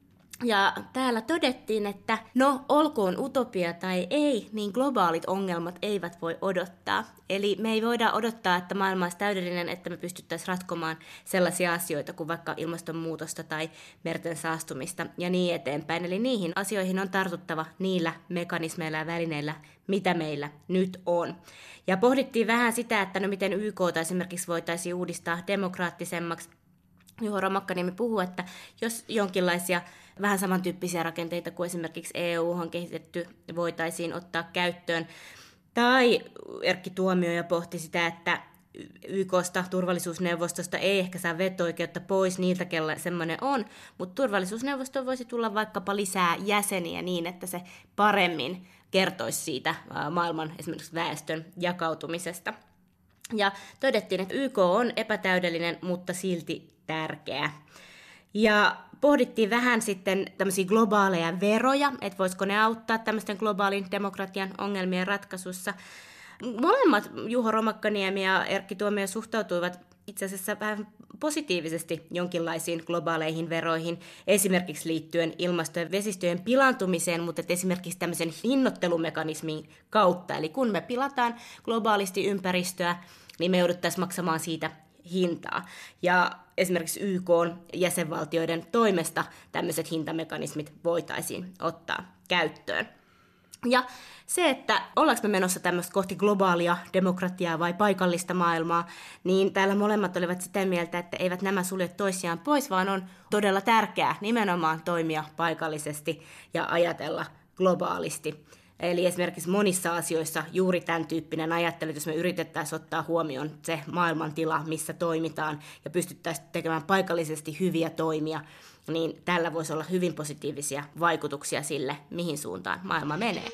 Ja täällä todettiin, että no olkoon utopia tai ei, niin globaalit ongelmat eivät voi odottaa. Eli me ei voida odottaa, että maailma olisi täydellinen, että me pystyttäisiin ratkomaan sellaisia asioita kuin vaikka ilmastonmuutosta tai merten saastumista ja niin eteenpäin. Eli niihin asioihin on tartuttava niillä mekanismeilla ja välineillä, mitä meillä nyt on. Ja pohdittiin vähän sitä, että no miten YK:ta esimerkiksi voitaisiin uudistaa demokraattisemmaksi. Juho Romakkaniemi puhuu, että jos jonkinlaisia vähän samantyyppisiä rakenteita kuin esimerkiksi EU on kehitetty, voitaisiin ottaa käyttöön. Tai Erkki Tuomioja pohti sitä, että YK:sta, turvallisuusneuvostosta ei ehkä saa veto-oikeutta pois niiltä, kellä semmoinen on, mutta turvallisuusneuvostoon voisi tulla vaikkapa lisää jäseniä niin, että se paremmin kertoisi siitä maailman esimerkiksi väestön jakautumisesta. Ja todettiin, että YK on epätäydellinen, mutta silti tärkeä. Ja pohdittiin vähän sitten tämmöisiä globaaleja veroja, että voisiko ne auttaa tämmöisten globaalin demokratian ongelmien ratkaisussa. Molemmat, Juho Romakkaniemi ja Erkki Tuomioja, suhtautuivat itse asiassa vähän positiivisesti jonkinlaisiin globaaleihin veroihin, esimerkiksi liittyen ilmasto- ja vesistöjen pilaantumiseen, mutta esimerkiksi tämmöisen hinnoittelumekanismin kautta. Eli kun me pilataan globaalisti ympäristöä, niin me jouduttaisiin maksamaan siitä hintaa. Ja esimerkiksi YK-jäsenvaltioiden toimesta tämmöiset hintamekanismit voitaisiin ottaa käyttöön. Ja se, että ollaanko me menossa tämmöistä kohti globaalia demokratiaa vai paikallista maailmaa, niin täällä molemmat olivat sitä mieltä, että eivät nämä sulje toisiaan pois, vaan on todella tärkeää nimenomaan toimia paikallisesti ja ajatella globaalisti. Eli esimerkiksi monissa asioissa juuri tämän tyyppinen ajattelu, jos me yritettäisiin ottaa huomioon se maailmantila, missä toimitaan, ja pystyttäisiin tekemään paikallisesti hyviä toimia, niin tällä voisi olla hyvin positiivisia vaikutuksia sille, mihin suuntaan maailma menee.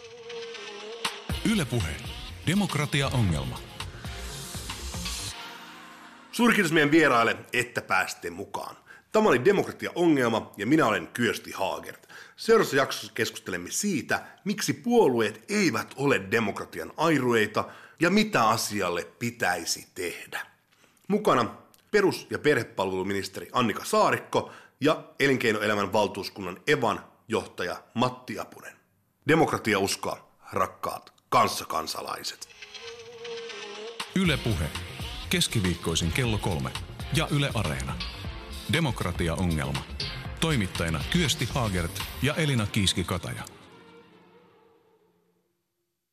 Yle Puhe. Demokratia-ongelma. Suuri kiitos meidän vieraille, että pääsitte mukaan. Tämä oli Demokratia-ongelma ja minä olen Kyösti Haagert. Seuraavassa jaksossa keskustelemme siitä, miksi puolueet eivät ole demokratian airueita ja mitä asialle pitäisi tehdä. Mukana perus- ja perhepalveluministeri Annika Saarikko ja elinkeinoelämän valtuuskunnan EVAn johtaja Matti Apunen. Demokratiauskoa, rakkaat kanssakansalaiset. Yle Puhe. Keskiviikkoisin kello 3 ja Yle Areena. Demokratia-ongelma. Toimittajina Kyösti Haagert ja Elina Kiiski-Kataja.